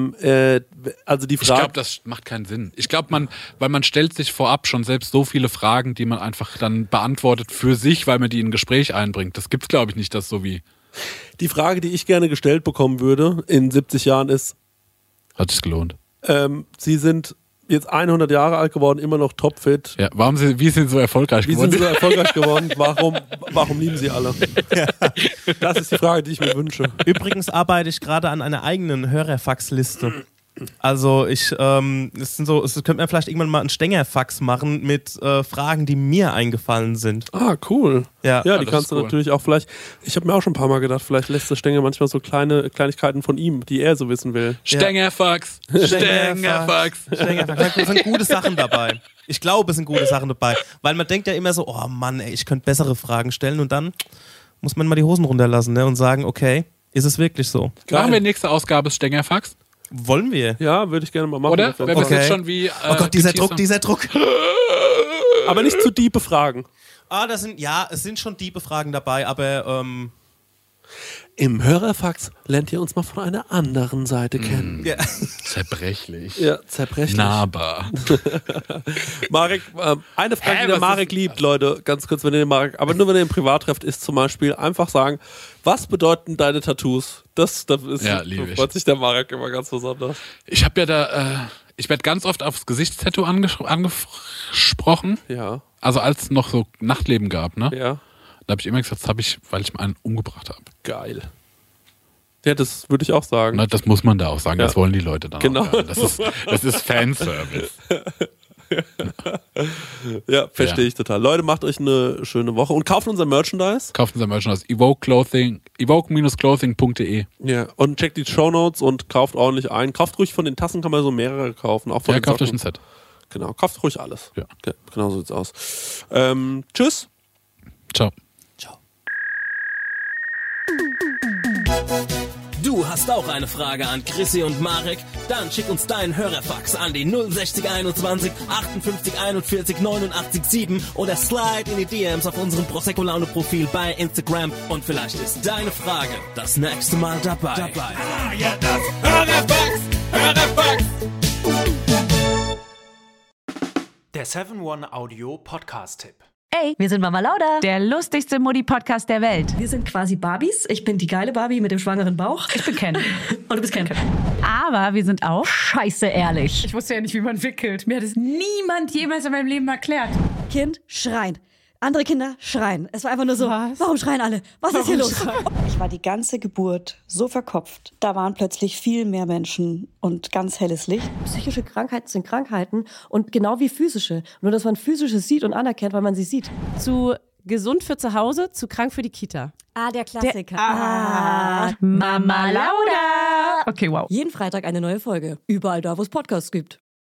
also die Frage... Ich glaube, das macht keinen Sinn. Ich glaube, weil man stellt sich vorab schon selbst so viele Fragen, die man einfach dann beantwortet für sich, weil man die in ein Gespräch einbringt. Das gibt's, glaube ich, nicht, das so wie... Die Frage, die ich gerne gestellt bekommen würde in 70 Jahren ist... Hat sich's gelohnt. Sie sind jetzt 100 Jahre alt geworden, immer noch topfit. Ja, wie sind Sie so erfolgreich geworden? Wie sind Sie so erfolgreich geworden? Warum lieben Sie alle? Das ist die Frage, die ich mir wünsche. Übrigens arbeite ich gerade an einer eigenen Hörerfax-Liste. Also es könnte man vielleicht irgendwann mal einen Stängerfax machen mit Fragen, die mir eingefallen sind. Ah, cool. Ja, die kannst du natürlich auch vielleicht, ich habe mir auch schon ein paar Mal gedacht, vielleicht lässt der Stenger manchmal so Kleinigkeiten von ihm, die er so wissen will. Stängerfax. Stängerfax. Es sind gute Sachen dabei. Ich glaube, es sind gute Sachen dabei. Weil man denkt ja immer so, oh Mann, ey, ich könnte bessere Fragen stellen und dann muss man mal die Hosen runterlassen, ne, und sagen, okay, ist es wirklich so? Machen wir nächste Ausgabe Stängerfax? Wollen wir? Ja, würde ich gerne mal machen. Oder? Wenn wir es jetzt schon wie... oh Gott, dieser Druck. Aber nicht zu tiefe Fragen. Es sind schon tiefe Fragen dabei, aber im Hörerfax lernt ihr uns mal von einer anderen Seite kennen. ja. Zerbrechlich. Ja, zerbrechlich. Nahbar. Marek, eine Frage, die der Marek liebt, Leute, ganz kurz, wenn ihr den Marek, aber nur wenn ihr ihn privat trefft, ist zum Beispiel einfach sagen, was bedeuten deine Tattoos? Das ist, ja, lieb ich. freut sich der Marek immer ganz besonders. Ich habe ja ich werde ganz oft aufs Gesichtstattoo angesprochen. Ja. Also als es noch so Nachtleben gab, ne? Ja. Da habe ich immer gesagt, das habe ich, weil ich einen umgebracht habe. Geil. Ja, das würde ich auch sagen. Na, das muss man da auch sagen, Ja. das wollen die Leute dann Genau. auch hören. Das ist Fanservice. Ja, verstehe ich total. Leute, macht euch eine schöne Woche und kauft unser Merchandise. Kauft unser Merchandise evoke-clothing.de. Ja, und checkt die Shownotes und kauft ordentlich ein. Kauft ruhig von den Tassen, kann man so mehrere kaufen. Auch von Ja, den kauft euch Socken. ein Set. Genau, kauft ruhig alles. Ja. Genau so sieht's aus. Tschüss. Ciao. Du hast auch eine Frage an Chrissy und Marek? Dann schick uns deinen Hörerfax an die 06021 58 41 89 7 oder slide in die DMs auf unserem Prosecco Laune Profil bei Instagram und vielleicht ist deine Frage das nächste Mal dabei. Ja, das Hörerfax. Der 7-One-Audio-Podcast-Tipp. Ey, wir sind Mama Lauda, der lustigste Mutti-Podcast der Welt. Wir sind quasi Barbies. Ich bin die geile Barbie mit dem schwangeren Bauch. Ich bin Ken. Und du bist Ken. Aber wir sind auch scheiße ehrlich. Ich wusste ja nicht, wie man wickelt. Mir hat es niemand jemals in meinem Leben erklärt. Kind, schreien. Andere Kinder schreien. Es war einfach nur so, Was? warum schreien alle? Was ist hier los? Ich war die ganze Geburt so verkopft. Da waren plötzlich viel mehr Menschen und ganz helles Licht. Psychische Krankheiten sind Krankheiten und genau wie physische. Nur, dass man physische sieht und anerkennt, weil man sie sieht. Zu Gesund für zu Hause, zu krank für die Kita. Der Klassiker. Mama Lauda. Okay, wow. Jeden Freitag eine neue Folge. Überall da, wo es Podcasts gibt.